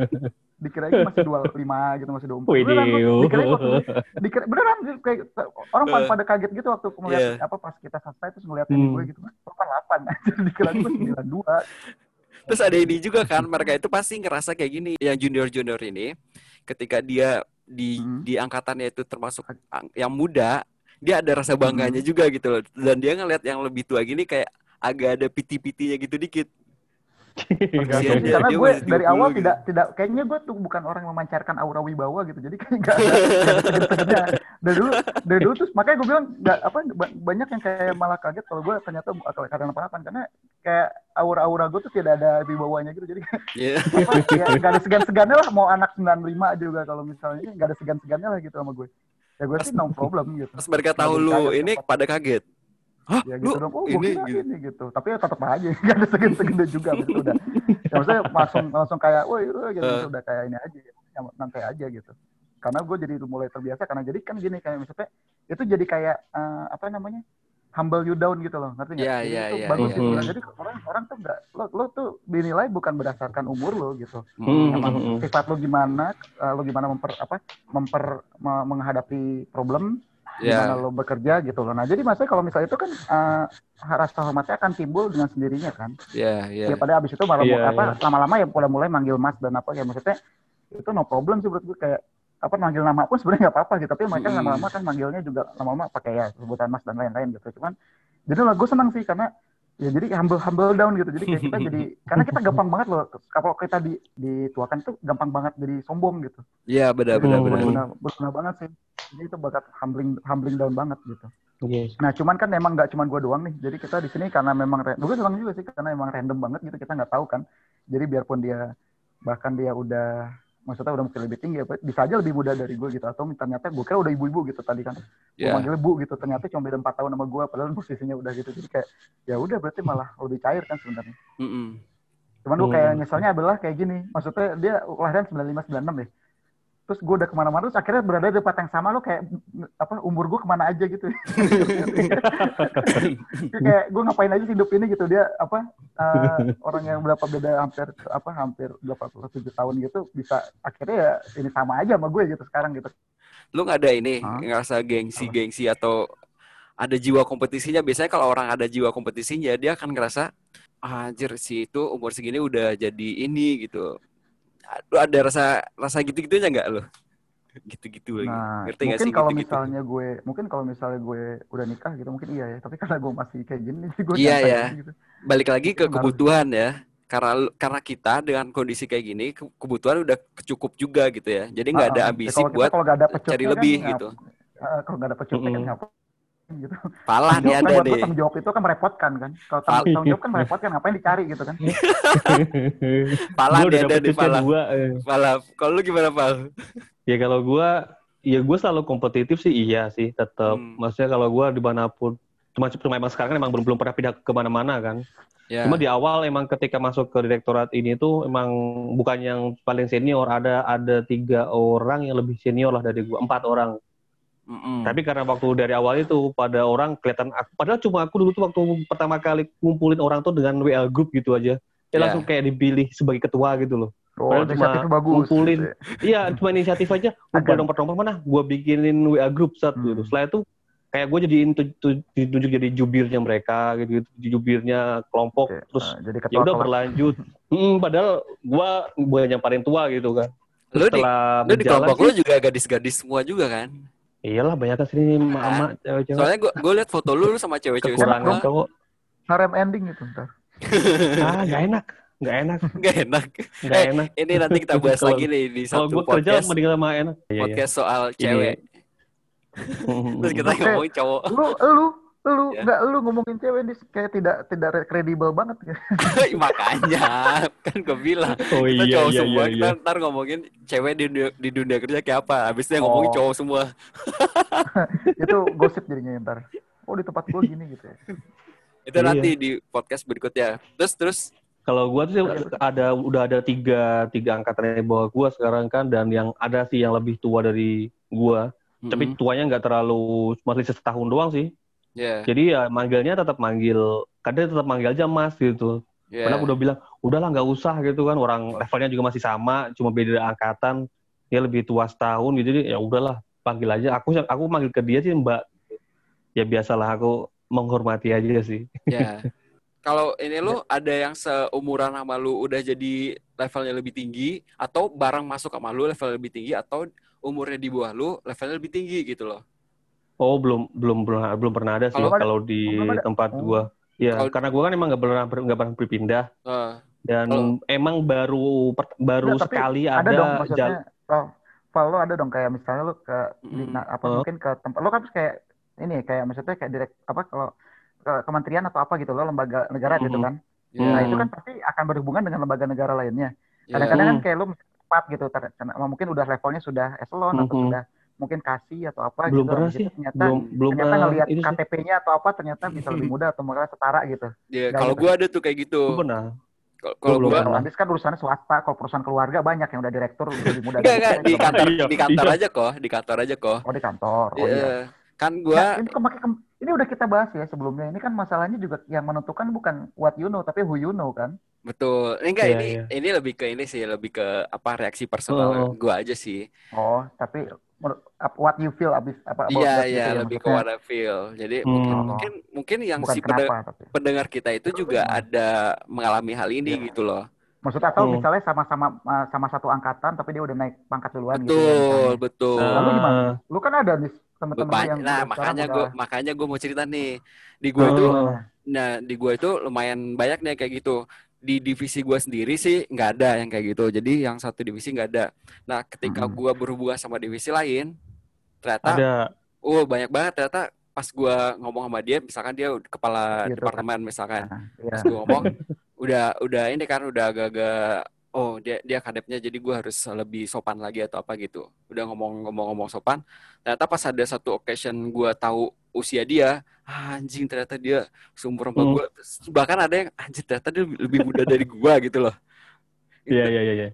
Dikira gue masih dua puluh lima gitu, masih dua puluh empat. Beneran gue Widih. dikira waktu dikira beneran kayak orang pada, Eh, pada kaget gitu waktu ngeliat Iya. apa pas kita selesai terus ngeliat ini gue Hmm. gitu, delapan delapan dikira gue sembilan dua. Terus ada ini juga kan, mereka itu pasti ngerasa kayak gini, yang junior-junior ini, ketika dia di Hmm. di angkatannya itu termasuk ang- yang muda, dia ada rasa bangganya Hmm. juga gitu loh. Dan dia ngeliat yang lebih tua gini kayak agak ada piti-pitinya gitu dikit. Tergantung Kasihan sih, dia, karena dia gue masih dari tiga puluh awal gitu. tidak tidak kayaknya gue tuh bukan orang yang memancarkan aura wibawa gitu, jadi kayak nggak ada nggak ada segan-segannya dari dulu dari dulu terus makanya gue bilang nggak apa ba- banyak yang kayak malah kaget kalau gue ternyata karena apa karena kayak aura-aura gue tuh tidak ada wibawanya gitu, jadi kayak Iya. apa ya nggak ada segan-segannya lah, mau anak sembilan puluh lima juga kalau misalnya nggak ada segan-segannya lah gitu sama gue, ya gue sih no problem gitu. Pas mereka Nggak tahu jadi lu kaget ini apa. pada kaget. Hah, Ya lu gitu dong, oh gue ini kira gitu. ini gitu, tapi ya tetap aja nggak ada segan-segannya juga gitu udah. Ya maksudnya langsung langsung kayak, woi woi gitu, Eh. udah kayak ini aja, yang nanti aja gitu. Karena gue jadi mulai terbiasa karena jadi kan gini kayak misalnya itu jadi kayak eh, apa namanya humble you down gitu loh, ngerti nggak? Iya, Jadi iya, itu iya, bagus iya, gitu. iya. Nah, jadi orang orang tuh nggak lo lo tuh dinilai bukan berdasarkan umur lo gitu. Mm. Emang Hmm. sifat lo gimana, eh, lo gimana memper apa memper me- menghadapi problem, gimana Ya, lo bekerja gitu loh. Nah jadi maksudnya kalau misalnya itu kan eh, rasa hormatnya akan timbul dengan sendirinya kan. ya, ya. Ya pada abis itu malah Iya, apa iya. lama-lama ya mulai-mulai manggil mas dan apa ya maksudnya itu no problem sih menurut gue, kayak apa manggil nama pun sebenarnya nggak apa-apa gitu, tapi mereka Mm-mm. lama-lama kan manggilnya juga lama-lama pakai ya sebutan mas dan lain-lain gitu. Cuman jadi lah gue senang sih karena ya jadi humble humble down gitu, jadi kayak kita jadi karena kita gampang banget loh kalau kita di dituakan itu gampang banget jadi sombong gitu. Iya, benar, Jadi benar, Hmm. benar. berguna berguna banget sih, jadi itu bakat humbling humbling down banget gitu. Yes. Nah, cuman kan emang nggak cuman gue doang nih. Jadi kita di sini karena memang, gue senang juga sih karena emang random banget gitu. Kita nggak tahu kan. Jadi biarpun dia bahkan dia udah, maksudnya udah mungkin lebih tinggi, bisa aja lebih muda dari gue gitu. Atau ternyata gue kira udah ibu-ibu gitu tadi kan. Gue Ya. manggilnya bu gitu. Ternyata cuma beda empat tahun sama gue. Padahal posisinya udah gitu. Jadi kayak ya udah berarti malah lebih cair kan sebenarnya. Mm-mm. Cuman gue kayak Hmm. nyeselnya adalah kayak gini. Maksudnya dia kelahiran sembilan puluh lima sembilan puluh enam ya. Terus gue udah kemana-mana, terus akhirnya berada di tempat yang sama, lo kayak apa umur gue kemana aja gitu. Kayak gue ngapain aja sih hidup ini gitu, dia apa uh, orang yang berapa beda hampir apa hampir delapan puluh tujuh tahun gitu bisa akhirnya ya ini sama aja sama gue gitu sekarang gitu. Lu nggak ada ini Hah? ngerasa gengsi-gengsi atau ada jiwa kompetisinya? Biasanya kalau orang ada jiwa kompetisinya, dia akan ngerasa ah, anjir si itu umur segini udah jadi ini gitu. Lu ada rasa rasa gitu-gitunya nggak lo? Gitu-gitu lagi. Nah, Ngerti nggak mungkin sih kalau gitu-gitu? misalnya gue, mungkin kalau misalnya gue udah nikah gitu, mungkin iya ya. Tapi karena gue masih kayak gini, sih gue Iya nyantai ya. aja gitu. Balik lagi ke Mungkin ngaruh. kebutuhan ya. Karena karena kita dengan kondisi kayak gini, ke- kebutuhan udah cukup juga gitu ya. Jadi nggak ada Ah, ah. Ya, ambisi kalau kita buat kalau nggak ada cari pecutnya kan, lebih ngap, gitu. ah, kalau nggak ada pecutnya kan Mm-mm. ngapain gitu. Palah Tanggung nih jawab kan ada buat gue, nih. tanggung jawab itu kan merepotkan kan. Kalau Pal- tanggung, tanggung jawab kan merepotkan, ngapain dicari gitu kan. Palah Gue nih udah ada dapet nih cutnya Palah. dua. eh. Palah. Kalau lu gimana Pal? Ya kalau gue, ya gue selalu kompetitif sih iya sih tetap. Hmm. Maksudnya kalau gue dimanapun, cuma cuma emang sekarang kan emang belum belum pernah pindah kemana-mana kan. Ya. Cuma di awal emang ketika masuk ke direktorat ini tuh emang bukan yang paling senior, ada ada tiga orang yang lebih senior lah dari gue, empat orang. Mm-mm. Tapi karena waktu dari awal itu pada orang kelihatan, padahal cuma aku dulu tuh waktu pertama kali ngumpulin orang tuh dengan W A group gitu aja, ya Ya. langsung kayak dipilih sebagai ketua gitu loh. Oh, Padahal cuma inisiatif bagus. ngumpulin, Gitu ya. iya cuma inisiatif aja, ngumpul Agan. nomor-nomor mana, gue bikinin W A group set Hmm. gitu. Setelah itu kayak gue jadiin tu- tu- ditunjuk jadi jubirnya mereka gitu, jubirnya kelompok, Oke, terus uh, jadi ya ketua udah kelas. berlanjut. Hmm, padahal gue gue yang paling tua gitu kan. Terus Lu di, setelah lu di berjalan kelompok sih, lu juga gadis-gadis semua juga kan? iyalah banyak kan sini emak-emak cewek-cewek. Soalnya gue gue liat foto lu, lu sama cewek-cewek Kekurangan semua. cowok. Harem ending gitu ntar. Ah, nggak enak, nggak enak, Gak enak. nggak Eh, enak. ini nanti kita bahas Kalau- lagi nih di Kalau satu gue kerja podcast mending sama enak. Iya, iya. podcast soal Ini- cewek. Terus kita Oke. ngomongin cowok. Lu, lu, lu, Ya. nggak lu ngomongin cewek ini kayak tidak tidak kredibel banget. Makanya kan gue bilang Oh kita iya cowok iya semua, iya. kita iya. ntar ngomongin cewek di dunia, di dunia kerja kayak apa. Habis itu yang ngomongin Oh. cowok semua. Itu gosip jadinya ntar. Oh di tempat gue gini gitu ya. Itu Iya. nanti di podcast berikutnya. Terus terus Kalau gua tuh ada udah ada tiga tiga angkatan di bawah gua sekarang kan, dan yang ada sih yang lebih tua dari gua. Mm-hmm. Tapi tuanya nggak terlalu, cuma setahun doang sih. Yeah. Jadi ya manggilnya tetap manggil, kadang tetap manggil aja Mas gitu. Yeah. Padahal aku udah bilang, udahlah nggak usah gitu kan, orang levelnya juga masih sama, cuma beda angkatan, dia lebih tua setahun gitu. Jadi ya udahlah, panggil aja. Aku aku manggil ke dia sih Mbak. Ya biasalah, aku menghormati aja sih. Ya. Kalau ini lu ada yang seumuran sama lu udah jadi levelnya lebih tinggi, atau bareng masuk sama lu level lebih tinggi, atau umurnya di bawah lu levelnya lebih tinggi gitu loh? Oh belum belum belum belum pernah ada sih kalau, kalau di oh, tempat oh. gua. Ya kalo, karena gua kan emang nggak pernah nggak pernah berpindah. Uh, dan kalau, emang baru per, baru enggak, sekali ada, ada dong maksudnya. Jal- Val, lo ada dong kayak misalnya lo ke mm, nah, apa uh, mungkin ke tempat lo kan kayak ini kayak maksudnya kayak direct apa kalau ke kementerian atau apa gitu lo lembaga negara mm-hmm. gitu kan. Yeah. Nah itu kan pasti akan berhubungan dengan lembaga negara lainnya. Kadang-kadang yeah. kan kayak lo cepat gitu, mungkin udah levelnya sudah eselon mm-hmm. atau sudah mungkin kasih atau apa belum gitu. Pernah sih. Ternyata belum belum ternyata ngelihat K T P-nya atau apa ternyata bisa lebih mudah atau malah setara gitu. Iya, yeah, kalau gitu. Gua ada tuh kayak gitu. Gua pernah. Kalau gua kalau Andis kan urusannya swasta, kalau perusahaan keluarga banyak yang udah direktur lebih mudah. Enggak, enggak, di kantor di kantor aja kok, di kantor aja kok. Oh, di kantor. Oh yeah. iya. Kan gua nah, ini, kemarin, ini udah kita bahas ya sebelumnya. Ini kan masalahnya juga yang menentukan bukan what you know tapi who you know kan. Betul. Enggak yeah, ini yeah. ini lebih ke ini sih, lebih ke apa reaksi personal oh. gua aja sih. Oh, tapi what you feel abis apa Iya, yeah, iya, yeah, gitu lebih ya, ke what I feel. Jadi hmm. mungkin mungkin mungkin yang bukan si kenapa, pendengar, tapi. pendengar kita itu juga hmm. ada mengalami hal ini yeah. gitu loh. Maksudnya atau hmm. misalnya sama-sama sama satu angkatan tapi dia udah naik pangkat duluan betul, gitu. Betul, betul. Lalu gimana? Lu kan ada nih teman-teman yang nah makanya gue udah... makanya gue mau cerita nih di gue oh. itu nah di gue itu lumayan banyak nih kayak gitu. Di divisi gue sendiri sih nggak ada yang kayak gitu, jadi yang satu divisi nggak ada. Nah ketika hmm. gue berhubungan sama divisi lain ternyata ada. oh banyak banget ternyata. Pas gue ngomong sama dia, misalkan dia kepala gitu, departemen kan? Misalkan nah, pas iya. gue ngomong udah udah ini kan udah agak-agak oh dia dia kadepnya jadi gue harus lebih sopan lagi atau apa gitu. Udah ngomong-ngomong-ngomong sopan. Ternyata pas ada satu occasion gue tahu usia dia, ah, anjing ternyata dia seumur sama hmm. gue. Bahkan ada yang anjing ternyata dia lebih muda dari gue gitu loh. Iya iya iya.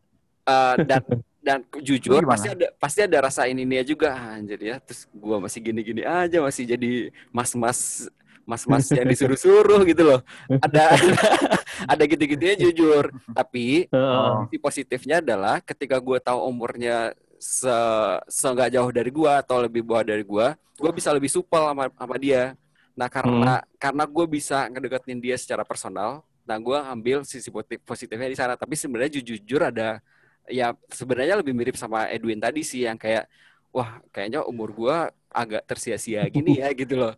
Dan dan jujur pasti ada pasti ada rasa ini nih juga anjir ya. Terus gue masih gini-gini aja, masih jadi mas-mas mas-mas yang disuruh-suruh gitu loh. Ada ada, ada gitu-gitunya jujur. Tapi uh. sisi positifnya adalah ketika gue tahu umurnya se seenggak jauh dari gue atau lebih bawah dari gue, gue bisa lebih supel sama sama dia. Nah karena hmm. karena gue bisa ngedeketin dia secara personal, nah gue ambil sisi positifnya di sana. Tapi sebenarnya jujur ada ya sebenarnya lebih mirip sama Edwin tadi sih yang kayak wah kayaknya umur gue agak tersia-sia gini ya gitu loh.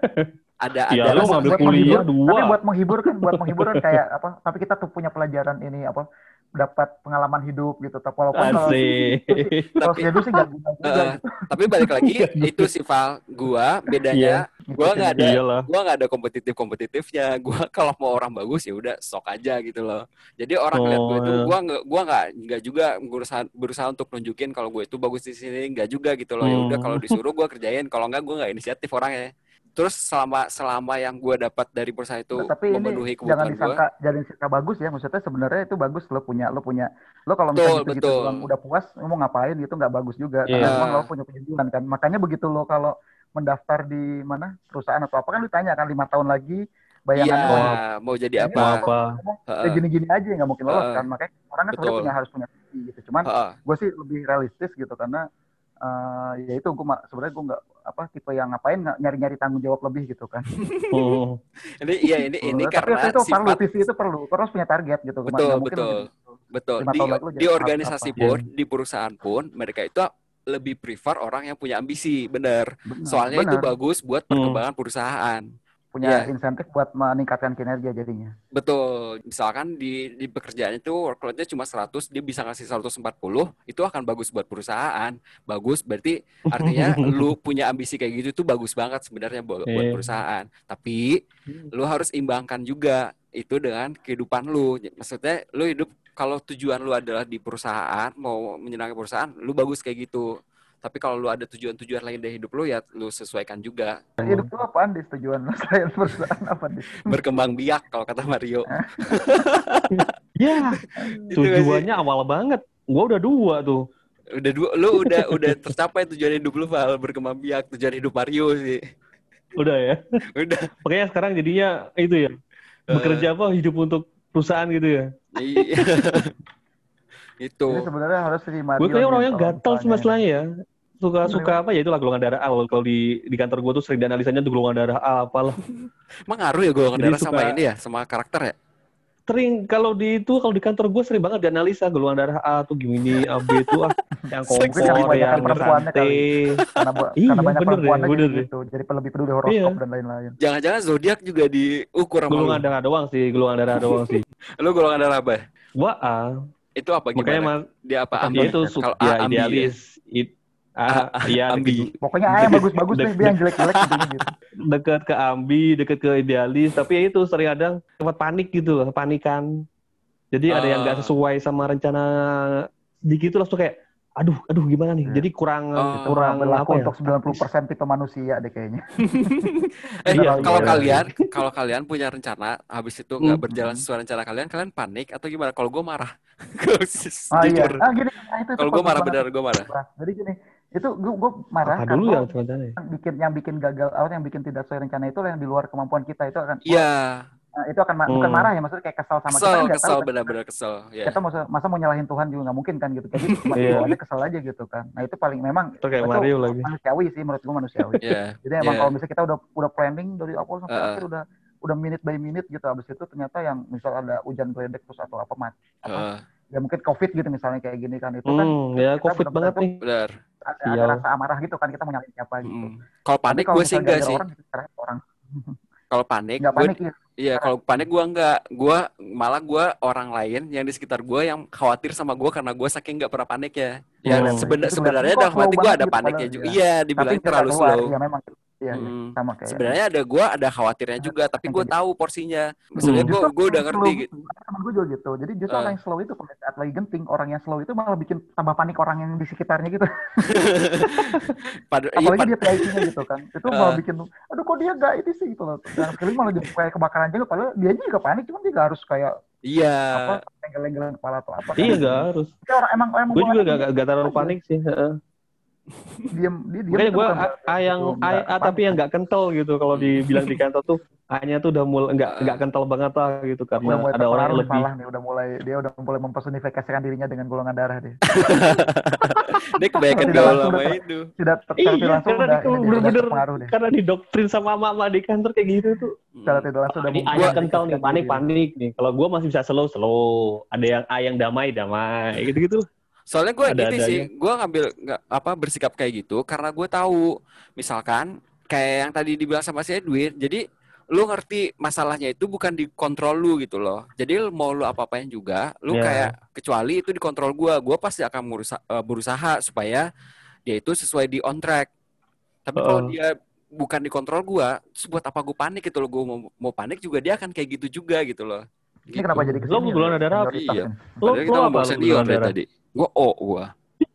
Ada ya, ada lu ngambil kuliah dua. Tapi buat menghibur kan buat menghibur kan kayak apa? Tapi kita tuh punya pelajaran ini apa? Dapat pengalaman hidup gitu. Tapi walaupun kalau kalau itu sih nggak guna juga. Uh, gitu. Tapi balik lagi itu sih Val, gue bedanya yeah. gue nggak ada gue nggak ada kompetitif kompetitifnya. Gue kalau mau orang bagus ya udah sok aja gitu loh. Jadi orang oh, lihat gue itu gue nggak gue nggak nggak juga berusaha berusaha untuk nunjukin kalau gue itu bagus di sini nggak juga gitu loh. Hmm. Ya udah kalau disuruh gue kerjain, kalau nggak gue nggak inisiatif orangnya. Terus selama selama yang gue dapat dari perusahaan itu nah, tapi memenuhi kebutuhan jangan disangka gue, jangan disangka bagus ya, maksudnya sebenarnya itu bagus lo punya lo punya lo kalau misalnya gitu gitu doang udah puas lo mau ngapain gitu nggak bagus juga yeah. Karena memang lo punya tujuan kan, makanya begitu lo kalau mendaftar di mana perusahaan atau apa kan lo tanya kan lima tahun lagi bayangan yeah, lo mau jadi apa, mau apa. Ya gini-gini aja nggak mungkin lolos uh, kan, makanya orang kan sebenarnya punya harus punya visi gitu, cuman uh, gue sih lebih realistis gitu karena Uh, ya itu gue sebenarnya gue nggak apa tipe yang ngapain nyari-nyari tanggung jawab lebih gitu kan. Oh. Ini iya ini ini tapi karena itu sifat perlu visi itu perlu terus punya target gitu. Betul betul betul di, di organisasi pun apa. Di perusahaan pun mereka itu lebih prefer orang yang punya ambisi bener. bener Soalnya bener. Itu bagus buat perkembangan hmm. perusahaan. Punya yeah. insentif buat meningkatkan kinerja jadinya. Betul. Misalkan di di pekerjaan itu workload-nya cuma seratus, dia bisa ngasih seratus empat puluh, itu akan bagus buat perusahaan. Bagus berarti artinya lu punya ambisi kayak gitu itu bagus banget sebenarnya buat, yeah. buat perusahaan. Tapi lu harus imbangkan juga itu dengan kehidupan lu. Maksudnya lu hidup kalau tujuan lu adalah di perusahaan, mau menyenangi perusahaan, lu bagus kayak gitu. Tapi kalau lu ada tujuan-tujuan lain dari hidup lu ya lu sesuaikan juga. Hidup lu apaan di tujuan lu selain perusahaan apa di? Berkembang biak kalau kata Mario. Ya, tujuannya awal banget. Gua udah dua tuh. Udah dua, lu udah udah tercapai tujuan hidup lu, Val, berkembang biak. Tujuan hidup Mario sih. Udah ya. Udah. Makanya sekarang jadinya itu ya. Bekerja apa hidup untuk perusahaan gitu ya. Iya. Itu. Jadi sebenarnya harus si Mario. Gue kayak orangnya nih, gatel sih masalahnya ya. Suka-suka Gimana? apa ya itulah golongan darah A. Kalau di di kantor gue tuh sering dianalisanya tuh golongan darah A apalah. Emang ngaruh ya golongan Jadi darah sama suka- ini ya, sama karakter ya? Sering kalau di itu kalau di kantor gue sering banget dianalisa golongan darah A tuh gini, A B tuh ah yang Mungkin karena kompor, kebanyakan yang perempuannya santai. kali. Karena, Iya, karena banyak bener deh, perempuannya bener jadi deh. gitu. Jadi lebih peduli horoskop Iya. dan lain-lain. Jangan-jangan zodiak juga diukur sama Golongan lu. darah doang sih, golongan darah doang sih. Lu golongan darah apa? Gua A. Itu apa Makanya gimana? mas, Dia apa Bukan ambi? dia itu su- Kalau ya A ambi. Ya? idealis. It, A, A- ya ambi. Pokoknya A yang bagus-bagus deh, B yang jelek-jelek intinya gitu. Dekat ke ambi, dekat ke idealis, tapi ya itu sering ada sempat panik gitu loh, panikan. Jadi ada yang nggak Ah. sesuai sama rencana sedikit itu langsung kayak, aduh, aduh gimana nih? Iya. Jadi kurang, Oh. kurang berlaku apa ya? untuk sembilan puluh persen tipe manusia deh kayaknya. Eh, Iya, kalau iya. kalian, kalau kalian punya rencana, habis itu nggak Hmm. berjalan sesuai rencana kalian, kalian panik atau gimana? Kalau gue marah. Kalau sis- Ah iya, jujur. ah gini, ah, itu, itu Kalau gue bagus marah banget. bener, gue marah. Jadi gini, itu gue gue marah Apa karena dulu ya rencananya? yang bikin yang bikin gagal atau yang bikin tidak sesuai rencana itu yang di luar kemampuan kita itu akan Iya, Nah, itu akan ma- bukan Hmm. marah ya, maksudnya kayak kesel sama kita kesel, kan nggak tahu kesel, kan. benar-benar kesel. Ya. Kita masa, masa mau nyalahin Tuhan juga nggak mungkin kan gitu. Jadi cuma Iya. bawaannya kesel aja gitu kan. Nah itu paling memang Itu kayak itu Mario lagi. manusiawi sih menurut gue manusiawi. Iya. Jadi emang Iya. kalau misalnya kita udah udah planning dari awal sampai Uh-uh. akhir udah udah minute by minute gitu, abis itu ternyata yang misal ada hujan geledek terus atau apa mati apa Heeh, ya mungkin COVID gitu misalnya kayak gini kan itu kan Hmm, ya kita covid benar-benar banget nih. benar. ada, Sial. ada rasa amarah gitu kan kita mau nyalahin siapa gitu. Mm. Kalau Tapi panik kalau gue sih misalnya enggak gara-gara sih. orang gitu, cara orang Kalau panik, nggak gue panik ya. iya, kalau panik gue enggak. Gue malah gue orang lain yang di sekitar gue yang khawatir sama gue karena gue saking nggak pernah panik ya. Ya Hmm. seben- Itu sebenarnya kelihatan, dalam kok slow hati gue banget ada gitu paniknya padahal, juga. ya. Iya, Tapi dibilang nggak terlalu keluar, slow. ya memang iya, iya, Mm. sama kayak Sebenarnya ada gue ada khawatirnya juga, tapi gue tahu porsinya. Maksudnya Hmm. gue gue udah slow ngerti gitu. gitu. Temen gue juga gitu. Jadi justru Eh. orang yang slow itu pada saat lagi genting, orang yang slow itu malah bikin tambah panik orang yang di sekitarnya gitu. Pada, iya, Apalagi pad- dia P I C-nya gitu kan. Itu Eh. malah bikin, aduh kok dia gak ini sih gitu loh. Dan sekali malah jadi kayak kebakaran juga. Padahal dia juga panik, cuman dia gak harus kayak iya. apa lenggel-lenggelan kepala atau apa. Iya kan. nggak harus. Dia orang emang emang Gue juga bawaannya gak, gak terlalu aja. panik sih. Heeh. Diem, dia diem. Makanya itu gue bukan A, A yang gitu, A, nggak A tapi panik. yang nggak kental gitu. Kalau dibilang di kantor tuh A-nya tuh udah mulai nggak nggak kental banget lah gitu Udah karena mulai ada orang yang terpengaruh nih lebih. malah nih, udah mulai dia udah mulai mempersonifikasikan dirinya dengan golongan darah dia. Dia kebanyakan Tidak gaul langsung sama udah- itu. Tidak ter- secara tidak Iya, langsung karena udah itu ini dia, udah bener-bener terpengaruh deh. karena didoktrin sama mama di kantor kayak gitu tuh. Secara tidak langsung udah Ini A membuat yang kental nih, diri. panik panik nih. Kalau gue masih bisa slow slow. Ada yang A yang damai damai gitu gitu. Soalnya gue Ada- gini ada sih, aja. gue ngambil nggak apa bersikap kayak gitu karena gue tahu, misalkan kayak yang tadi dibilang sama si Edwin, jadi lu ngerti masalahnya itu bukan dikontrol lu gitu loh. Jadi mau lu apa-apain juga, lu Ya. kayak kecuali itu dikontrol gue, gue pasti akan berusaha, berusaha supaya dia itu sesuai di on track. Tapi kalau Uh-uh. dia bukan dikontrol gue, terus buat apa gue panik gitu loh? Gue mau, mau panik juga dia akan kayak gitu juga gitu loh. Ini kenapa jadi Lo kesini? golongan darah apa? Senioritas Iya. ini. Lo Padahal kita lo apa ngomong lo senior golongan dari darah? tadi. Gue O gue.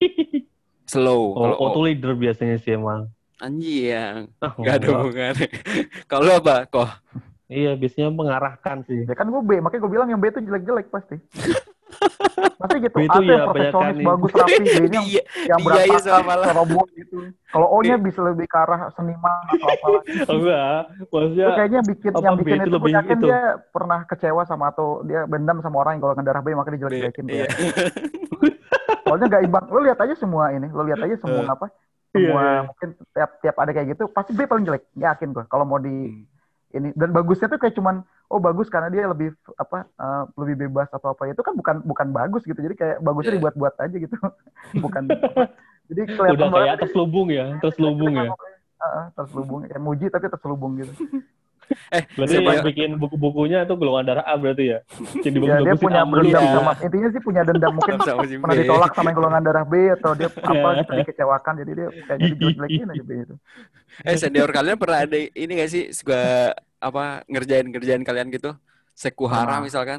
Slow. Oh, Kalau O. auto leader biasanya sih emang. Anjing. Ah, Gak ada enggak. hubungannya. Kalau lu apa? Kok? Iya, biasanya mengarahkan sih. Ya kan gue B, makanya gue bilang yang B itu jelek-jelek pasti. Pasti gitu. B itu A tuh ya yang profesionis, banyakan bagus, rapi. B ini yang, Iya, yang diain berantakan, sama lah. serobot gitu. Kalau O-nya bisa lebih ke arah seniman atau apa lagi. Oh, enggak, maksudnya Itu kayaknya bikin apa, yang B bikin itu itu, gue lebih yakin itu. dia pernah kecewa sama atau dia dendam sama orang yang golongan darah B, makanya dijelek-jelekin. Iya. Kayak. Soalnya gak imbang. Lo lihat aja semua ini, lo lihat aja semua Eh. apa? Iya, Semua iya. mungkin tiap tiap ada kayak gitu, pasti B paling jelek. Yakin gue. Kalau mau di ini dan bagusnya tuh kayak cuman oh bagus karena dia lebih apa eh, lebih bebas atau apa itu kan bukan bukan bagus gitu jadi kayak bagusnya Yeah. dibuat-buat aja gitu bukan apa. Jadi kelihatan Udah banget kayak terselubung ya, terselubung ya. Heeh, terselubung kayak muji tapi terselubung gitu Eh, Berarti siapa yang bikin buku-bukunya itu golongan darah A berarti ya. Yang ya dia dibagus-bagusin punya A mulu. dendam Iya. sama intinya sih punya dendam mungkin sama si pernah B. ditolak sama yang golongan darah B atau dia apa Iya. gitu dikecewakan jadi dia kayak jadi jelek-jelekin aja B itu Eh, senior kalian pernah ada ini gak sih suka apa ngerjain-ngerjain kalian gitu? Sekuhara Pernah. misalkan.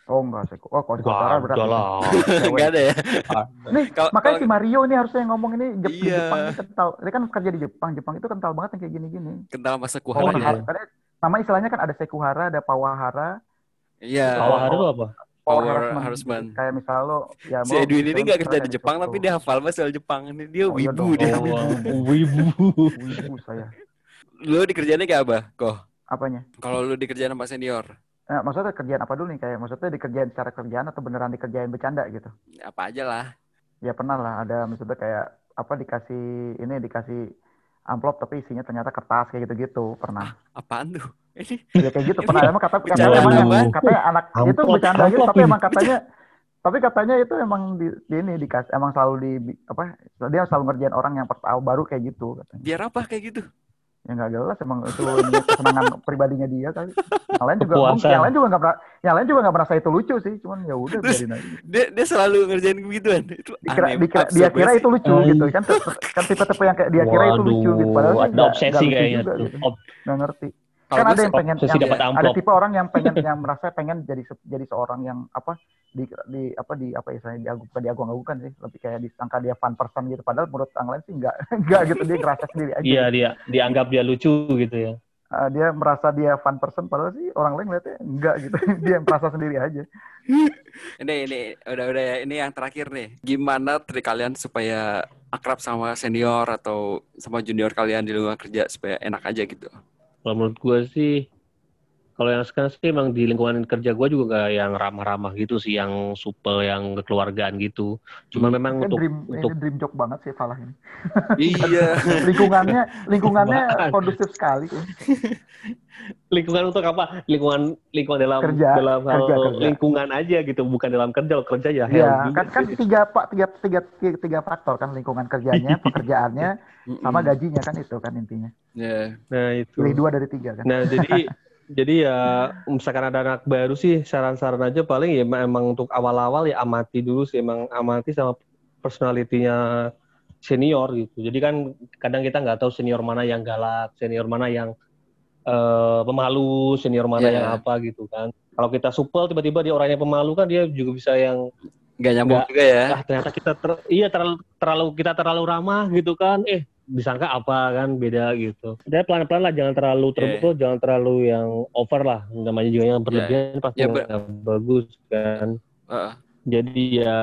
Oh enggak sih. Oh kalau di Gak Kaltara berat ada itu. lah. Cewek. Enggak ada ya. Nih, Kalau makanya kalau si Mario ini harusnya yang ngomong ini Jep- di iya, Jepang ini kental. Dia kan kerja di Jepang. Jepang itu kental banget yang kayak gini-gini. kental masa Oh kuhara Power gitu. iya. hara. Karena nama istilahnya kan ada Sekuhara, ada Pawahara. Iya, Itu power Kawahara itu power, apa? power power harassment. Jadi harassment. kayak misal lo ya Si lo Edwin ini istilahnya nggak kerja misalnya di kayak Jepang tapi dituduh. dia hafal bahasa Jepang. Ini dia Oh iya wibu dong, saya dia. kan wibu. Oh, wibu. Wibu saya. Lu di kerjanya kayak apa? Kok? Apanya? Kalau lu di kerjaan sama senior, Eh, maksudnya kerjaan apa dulu nih? Kayak maksudnya dikerjain secara kerjaan atau beneran dikerjain bercanda gitu? apa aja lah. Ya pernah lah ada maksudnya kayak apa dikasih ini dikasih amplop tapi isinya ternyata kertas kayak gitu-gitu pernah. Apaan tuh? Ini Ya kayak gitu ini pernah emang kata katanya bercandaan emang yang apaan? katanya anak itu Amplop, bercanda gitu amplop tapi ini. emang katanya tapi katanya itu emang di, di ini dikas emang selalu di apa dia selalu ngerjain orang yang pertama baru kayak gitu katanya. Biar apa kayak gitu? Ya nggak jelas emang itu ini kesenangan pribadinya dia kali. Yang lain juga mungkin yang Kepuasan. lain juga nggak pernah yang lain juga nggak merasa itu lucu sih cuman ya udah Terus biarin aja. dia dia selalu ngerjain begituan. Itu Dikira, aneh, dikira, dia absurd kira banget itu sih. lucu Ay, gitu kan te- te- kan tipe-tipe yang kayak dia kira itu lucu gitu padahal waduh, sih ada nggak nggak obsesi lucu kayaknya juga tuh. gitu Ob- nggak ngerti Kalau kan gue ada sih, yang pengen obsesi yang dapat iya. ada amplop. tipe orang yang pengen yang merasa pengen jadi se- jadi seorang yang apa di di apa di apa istilahnya diagung bukan diagung-agungkan sih lebih kayak disangka dia fun person gitu padahal menurut orang lain sih nggak nggak gitu dia ngerasa sendiri aja Iya, gitu. dia dianggap dia lucu gitu ya. Uh, dia merasa dia fun person padahal sih orang lain ngeliatnya enggak gitu dia merasa sendiri aja. Ini ini udah udah ya. Ini yang terakhir nih. Gimana trik kalian supaya akrab sama senior atau sama junior kalian di lingkungan kerja supaya enak aja gitu? Kalau menurut gue sih, kalau yang sekarang sih emang di lingkungan kerja gue juga gak yang ramah-ramah gitu sih, yang supel, yang kekeluargaan gitu. Cuman Hmm. memang Kayak untuk dream untuk ini dream job banget sih Falah ini. Iya. lingkungannya lingkungannya Apaan? kondusif sekali. lingkungan untuk apa? Lingkungan lingkungan dalam Kerja, dalam hal kerja, kerja. lingkungan aja gitu, bukan dalam kerja. Kalau kerja ya hell Iya, juga kan kan sih. tiga pak tiga, tiga tiga tiga faktor kan lingkungan kerjanya, pekerjaannya, sama Mm-mm. gajinya kan itu kan intinya. Ya. Nah itu. Pilih dua dari tiga kan. Nah jadi jadi ya misalkan ada anak baru sih saran-saran aja paling ya emang untuk awal-awal ya amati dulu sih, emang amati sama personalitinya senior gitu. Jadi kan kadang kita nggak tahu senior mana yang galak, senior mana yang eh, pemalu, senior mana Yeah. yang apa gitu kan. Kalau kita supel tiba-tiba dia orangnya pemalu kan dia juga bisa yang Nggak nyambung nggak, juga ya. ah ternyata kita ter, iya terlalu terlalu kita terlalu ramah gitu kan. Eh disangka apa kan beda gitu. Jadi pelan-pelan lah, jangan terlalu terbuka, Yeah. jangan terlalu yang over lah. Namanya juga yang berlebihan pasti Ya, nggak ber- bagus kan. Uh, Jadi ya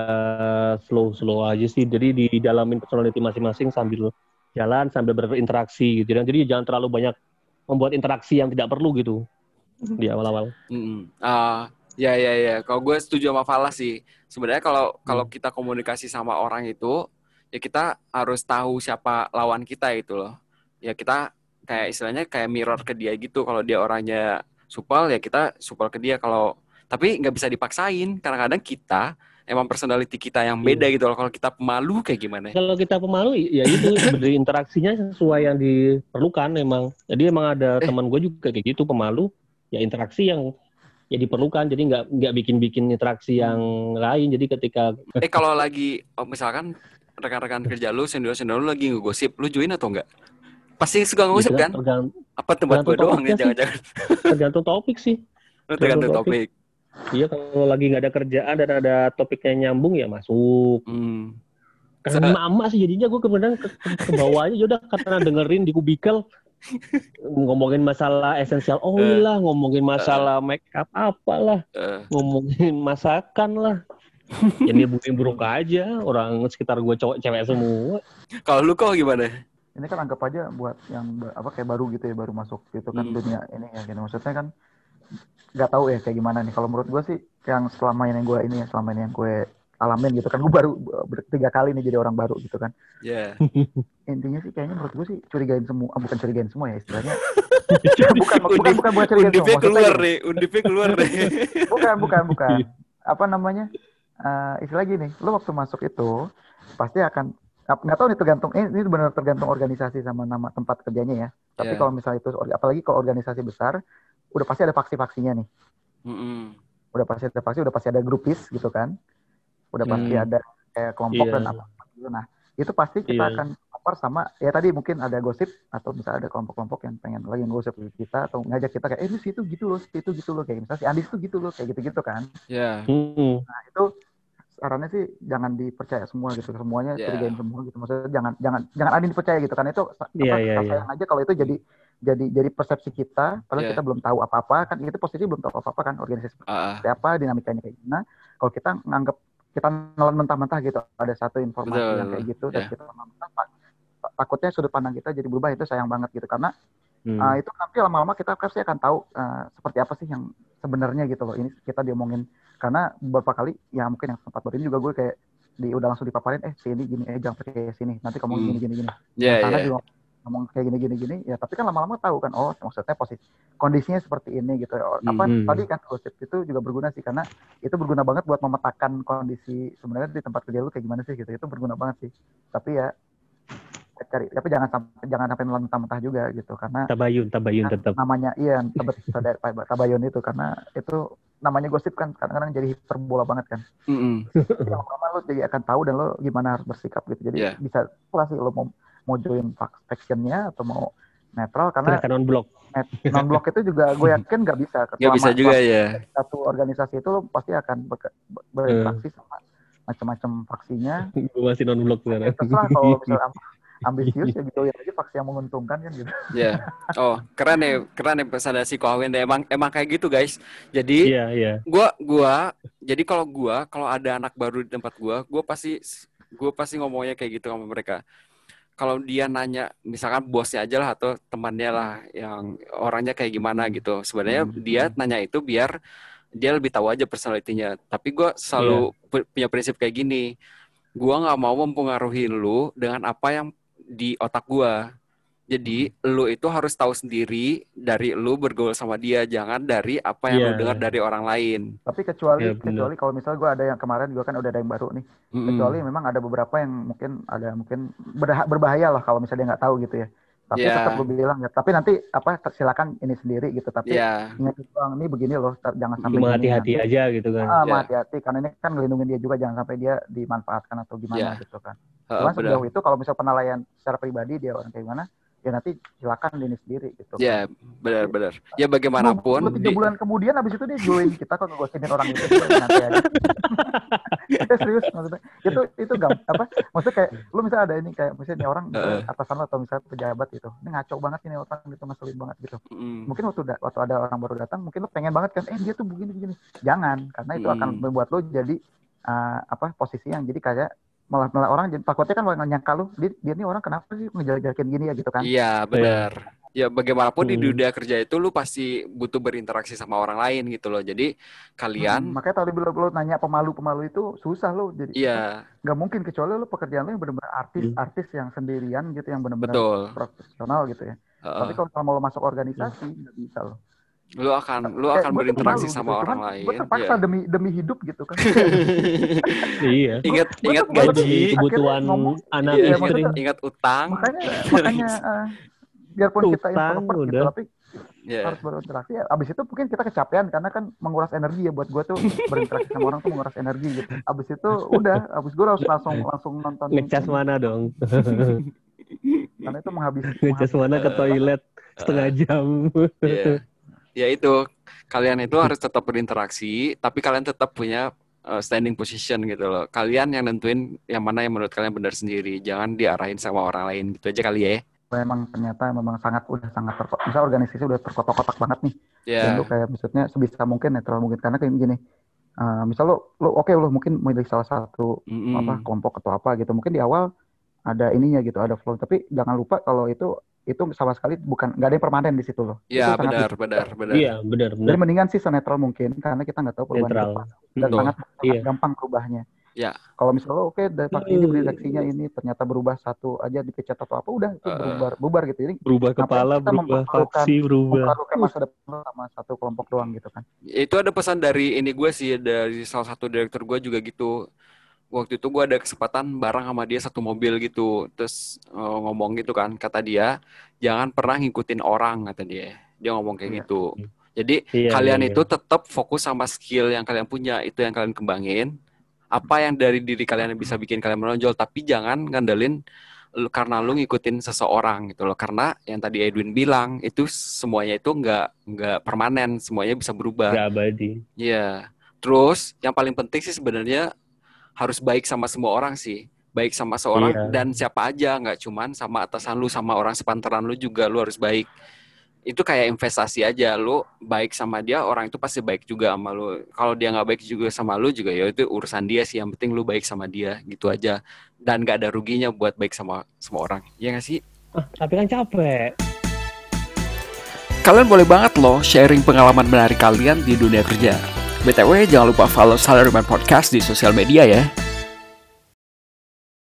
slow slow aja sih. Jadi di dalamin personality masing-masing sambil jalan, sambil berinteraksi gitu. Dan jadi jangan terlalu banyak membuat interaksi yang tidak perlu gitu di awal-awal. mm-mm. Ah, ya ya ya. Kalau gue setuju sama Falah sih. Sebenarnya kalau kalau Hmm. kita komunikasi sama orang itu, ya kita harus tahu siapa lawan kita itu loh. Ya kita kayak istilahnya kayak mirror ke dia gitu. Kalau dia orangnya supel, ya kita supel ke dia. Kalau tapi nggak bisa dipaksain. Kadang-kadang kita emang personality kita yang beda gitu loh. Kalau kita pemalu kayak gimana? Kalau kita pemalu ya itu sebenarnya interaksinya sesuai yang diperlukan memang. Jadi emang ada Eh. teman gue juga kayak gitu pemalu, ya interaksi yang ya diperlukan. Jadi nggak nggak bikin-bikin interaksi yang lain. Jadi ketika Eh kalau lagi oh, misalkan rekan-rekan kerja lu, senior-senior lu lagi ngegosip, lu join atau enggak? Pasti suka ngegosip ya, kan? tergantung, Apa tempat tergantung gua doang nih topiknya sih. jangan-jangan? tergantung topik sih. Lu tergantung topik. Iya, kalau lagi nggak ada kerjaan dan ada topiknya nyambung ya masuk. Hmm. Karena Se- mama sih jadinya gue kemudian ke, ke, ke bawah aja udah karena dengerin di kubikel ngomongin masalah esensial oil lah, ngomongin masalah make up apalah, Eh, ngomongin masakan lah. Ya dia buruk-buruk aja, orang sekitar gue cowok cewek semua. kalau lu kok gimana? Ini kan anggap aja buat yang ba- apa kayak baru gitu ya baru masuk gitu kan Hmm. dunia ini ya gitu maksudnya kan nggak tahu ya kayak gimana nih kalau menurut gue sih yang selama ini yang gue ini ya selama ini yang gue alamin gitu kan gue baru ber- tiga kali nih jadi orang baru gitu kan Ya. intinya sih kayaknya menurut gue sih curigain semua ah, bukan curigain semua ya istilahnya bukan bukan bukan bukan curigain semua Undipnya maksudnya keluar gini. nih, undipnya keluar nih. bukan bukan bukan apa namanya uh, istilah gini lu waktu masuk itu pasti akan nggak tahu nih tergantung ini, ini benar tergantung organisasi sama nama tempat kerjanya ya tapi Yeah. kalau misalnya itu apalagi kalau organisasi besar udah pasti ada faksi-faksinya nih Mm-mm. udah pasti ada faksi udah pasti ada grupis gitu kan udah pasti Hmm. ada kayak kelompok Iya. dan apa gitu nah itu pasti kita Iya. akan Apart sama ya tadi mungkin ada gosip atau misalnya ada kelompok-kelompok yang pengen lagi ngosip kita atau ngajak kita kayak eh ini situ gitu loh, situ gitu loh kayak misalnya si Andis tuh gitu loh kayak gitu-gitu kan. Ya. Hmm. Nah, itu sarannya sih jangan dipercaya semua gitu, semuanya Ya. curigain semua gitu. Maksudnya jangan jangan jangan ada yang dipercaya gitu kan itu apa Iya, iya, kita iya. sayang aja kalau itu jadi jadi jadi persepsi kita padahal Ya. kita belum tahu apa-apa kan itu posisi belum tahu apa-apa kan organisasi Ah, seperti apa dinamikanya kayak gimana. Kalau kita nganggap kita nelan mentah-mentah gitu ada satu informasi betul. yang kayak gitu dan Ya. kita mentah takutnya sudut pandang kita jadi berubah itu sayang banget gitu karena Hmm. uh, itu nanti lama-lama kita pasti akan tahu uh, seperti apa sih yang sebenarnya gitu loh ini kita diomongin karena beberapa kali ya mungkin yang sempat baru ini juga gue kayak di udah langsung dipaparin eh sini gini eh jangan pakai sini nanti kamu Hmm. gini gini gini Ya, yang sana ya. juga ngomong kayak gini gini gini ya tapi kan lama-lama tahu kan oh maksudnya posisi kondisinya seperti ini gitu apa Hmm. tadi kan gosip itu juga berguna sih karena itu berguna banget buat memetakan kondisi sebenarnya di tempat kerja lu kayak gimana sih gitu itu berguna banget sih tapi ya cari tapi jangan sampai jangan sampai mentah-mentah juga gitu karena Tabayun, tabayun tetap. namanya iya tebet tabayun itu karena itu namanya gosip kan kadang-kadang jadi hiperbola banget kan. Mm-mm. Jadi lama-lama lo jadi akan tahu dan lo gimana harus bersikap gitu. Jadi Yeah. bisa lah sih lo mau mau join factionnya atau mau netral karena Silakan non-blok. non blok itu juga gue yakin nggak bisa. Nggak bisa juga ya. Satu organisasi itu lo pasti akan ber- berinteraksi sama macam-macam faksinya. Gue masih non-blok sekarang. Terserah kalau misalnya ambisius ya gitu ya aja faksi yang menguntungkan kan gitu. Ya. Yeah. Oh, keren nih, keren nih pesan dari si Kohawin deh. Emang emang kayak gitu, guys. Jadi Iya, iya. gua gua jadi kalau gua kalau ada anak baru di tempat gua, gua pasti gua pasti ngomongnya kayak gitu sama mereka. Kalau dia nanya, misalkan bosnya aja lah atau temannya lah yang orangnya kayak gimana gitu. Sebenarnya dia nanya itu biar dia lebih tahu aja personalitinya. Tapi gua selalu yeah. punya prinsip kayak gini. Gua nggak mau mempengaruhi lu dengan apa yang di otak gua. Jadi lu itu harus tahu sendiri dari lu bergaul sama dia, jangan dari apa yang yeah. lu dengar dari orang lain. Tapi kecuali yeah, kecuali kalau misalnya gue ada yang kemarin gue kan udah ada yang baru nih. Mm-hmm. Kecuali memang ada beberapa yang mungkin ada mungkin berbahaya lah kalau misalnya dia nggak tahu gitu ya. Tapi yeah. tetap gue bilang ya. Tapi nanti apa silakan ini sendiri gitu. Tapi yeah. ingat bang ini begini loh, jangan sampai cuma hati-hati nanti. Aja gitu kan. Ah, yeah. hati-hati karena ini kan ngelindungin dia juga jangan sampai dia dimanfaatkan atau gimana yeah. gitu kan. Cuman uh, sejauh itu kalau misalnya penilaian secara pribadi dia orang kayak gimana? Ya nanti silakan ini sendiri gitu. Ya kan. benar-benar. Ya bagaimanapun. Dua tiga bulan kemudian abis itu dia join kita kok ngegosipin orang itu nanti aja. Kita serius maksudnya. Itu itu gak apa? Maksudnya kayak lu misalnya ada ini kayak misalnya orang uh. atasan lo atau misalnya pejabat gitu. Ini ngaco banget ini orang gitu ngeselin banget gitu. Mm. Mungkin waktu waktu ada orang baru datang mungkin lu pengen banget kan eh dia tuh begini-begini. Jangan karena itu mm. akan membuat lo jadi uh, apa posisi yang jadi kayak malah malah orang takutnya kan malah nyangka lu dia, dia ini orang kenapa sih ngejelek-jelekin gini ya gitu kan. Iya benar. Ya bagaimanapun hmm. di dunia kerja itu lu pasti butuh berinteraksi sama orang lain gitu loh. Jadi kalian hmm, makanya tadi lu, lu nanya pemalu-pemalu itu susah lo jadi iya. Nggak mungkin kecuali lu pekerjaan lu yang benar-benar artis-artis hmm. yang sendirian gitu yang benar-benar profesional gitu ya. Uh-uh. Tapi kalau mau lo masuk organisasi nggak hmm. bisa lo. Lu akan lu akan eh, berinteraksi sama gitu. orang Cuman, lain. Gue terpaksa yeah. demi demi hidup gitu kan. Iya. Ingat gua, ingat gua gaji, kebutuhan ngomong, anak iya, istri. Ingat, ingat utang. Makanya makanya uh, biarpun utang, kita introvert gitu tapi yeah. harus berinteraksi ya. Abis itu mungkin kita kecapean karena kan menguras energi ya buat gue tuh berinteraksi sama orang tuh menguras energi gitu. Abis itu udah, abis gue harus langsung langsung nonton. Ngecas mana dong? Karena itu menghabiskan. Ngecas mana ke toilet setengah jam. Yeah. Ya itu, kalian itu harus tetap berinteraksi, tapi kalian tetap punya uh, standing position gitu loh. Kalian yang nentuin yang mana yang menurut kalian benar sendiri, jangan diarahin sama orang lain gitu aja kali ya. Memang ternyata memang sangat udah sangat terkotak, misal organisasi udah terkotak-kotak banget nih. Yeah. Dan lu kayak maksudnya sebisa mungkin netral mungkin karena kayak gini. Uh, misal lo lo oke okay, lo mungkin milih salah satu mm-hmm. apa kelompok atau apa gitu. Mungkin di awal ada ininya gitu, ada flow, tapi jangan lupa kalau itu itu sama sekali bukan nggak ada yang permanen di situ loh. Iya benar, benar, benar. Iya benar, benar. Jadi mendingan sih senetral mungkin karena kita nggak tahu perubahan depan dan sangat, sangat iya. gampang berubahnya. Ya. Kalau misalnya oke okay, dari faksi ini direksinya ini ternyata berubah satu aja dipecat atau apa udah itu berubah, bubar gitu. Jadi berubah kepala, berubah faksi, berubah. Mempertaruhkan masa depan sama satu kelompok doang gitu kan. Itu ada pesan dari ini gue sih dari salah satu direktur gue juga gitu. Waktu itu gue ada kesempatan bareng sama dia satu mobil gitu. Terus uh, ngomong gitu kan. Kata dia, jangan pernah ngikutin orang, kata dia. Dia ngomong kayak yeah. gitu. Jadi yeah, kalian yeah, itu yeah. tetap fokus sama skill yang kalian punya. Itu yang kalian kembangin. Apa yang dari diri kalian yang bisa bikin kalian menonjol. Tapi jangan ngandelin lu, karena lu ngikutin seseorang gitu loh. Karena yang tadi Edwin bilang itu semuanya itu nggak nggak permanen, semuanya bisa berubah. Gak abadi. Iya. Terus yang paling penting sih sebenarnya harus baik sama semua orang sih. Baik sama seorang Iya. dan siapa aja, nggak cuman sama atasan lu, sama orang sepantaran lu juga lu harus baik. Itu kayak investasi aja, lu baik sama dia, orang itu pasti baik juga sama lu. Kalau dia nggak baik juga sama lu juga ya itu urusan dia sih, yang penting lu baik sama dia gitu aja. Dan nggak ada ruginya buat baik sama semua orang, ya nggak sih? Ah, tapi kan capek. Kalian boleh banget loh sharing pengalaman menarik kalian di dunia kerja. B T W jangan lupa follow Salaryman Podcast di sosial media ya.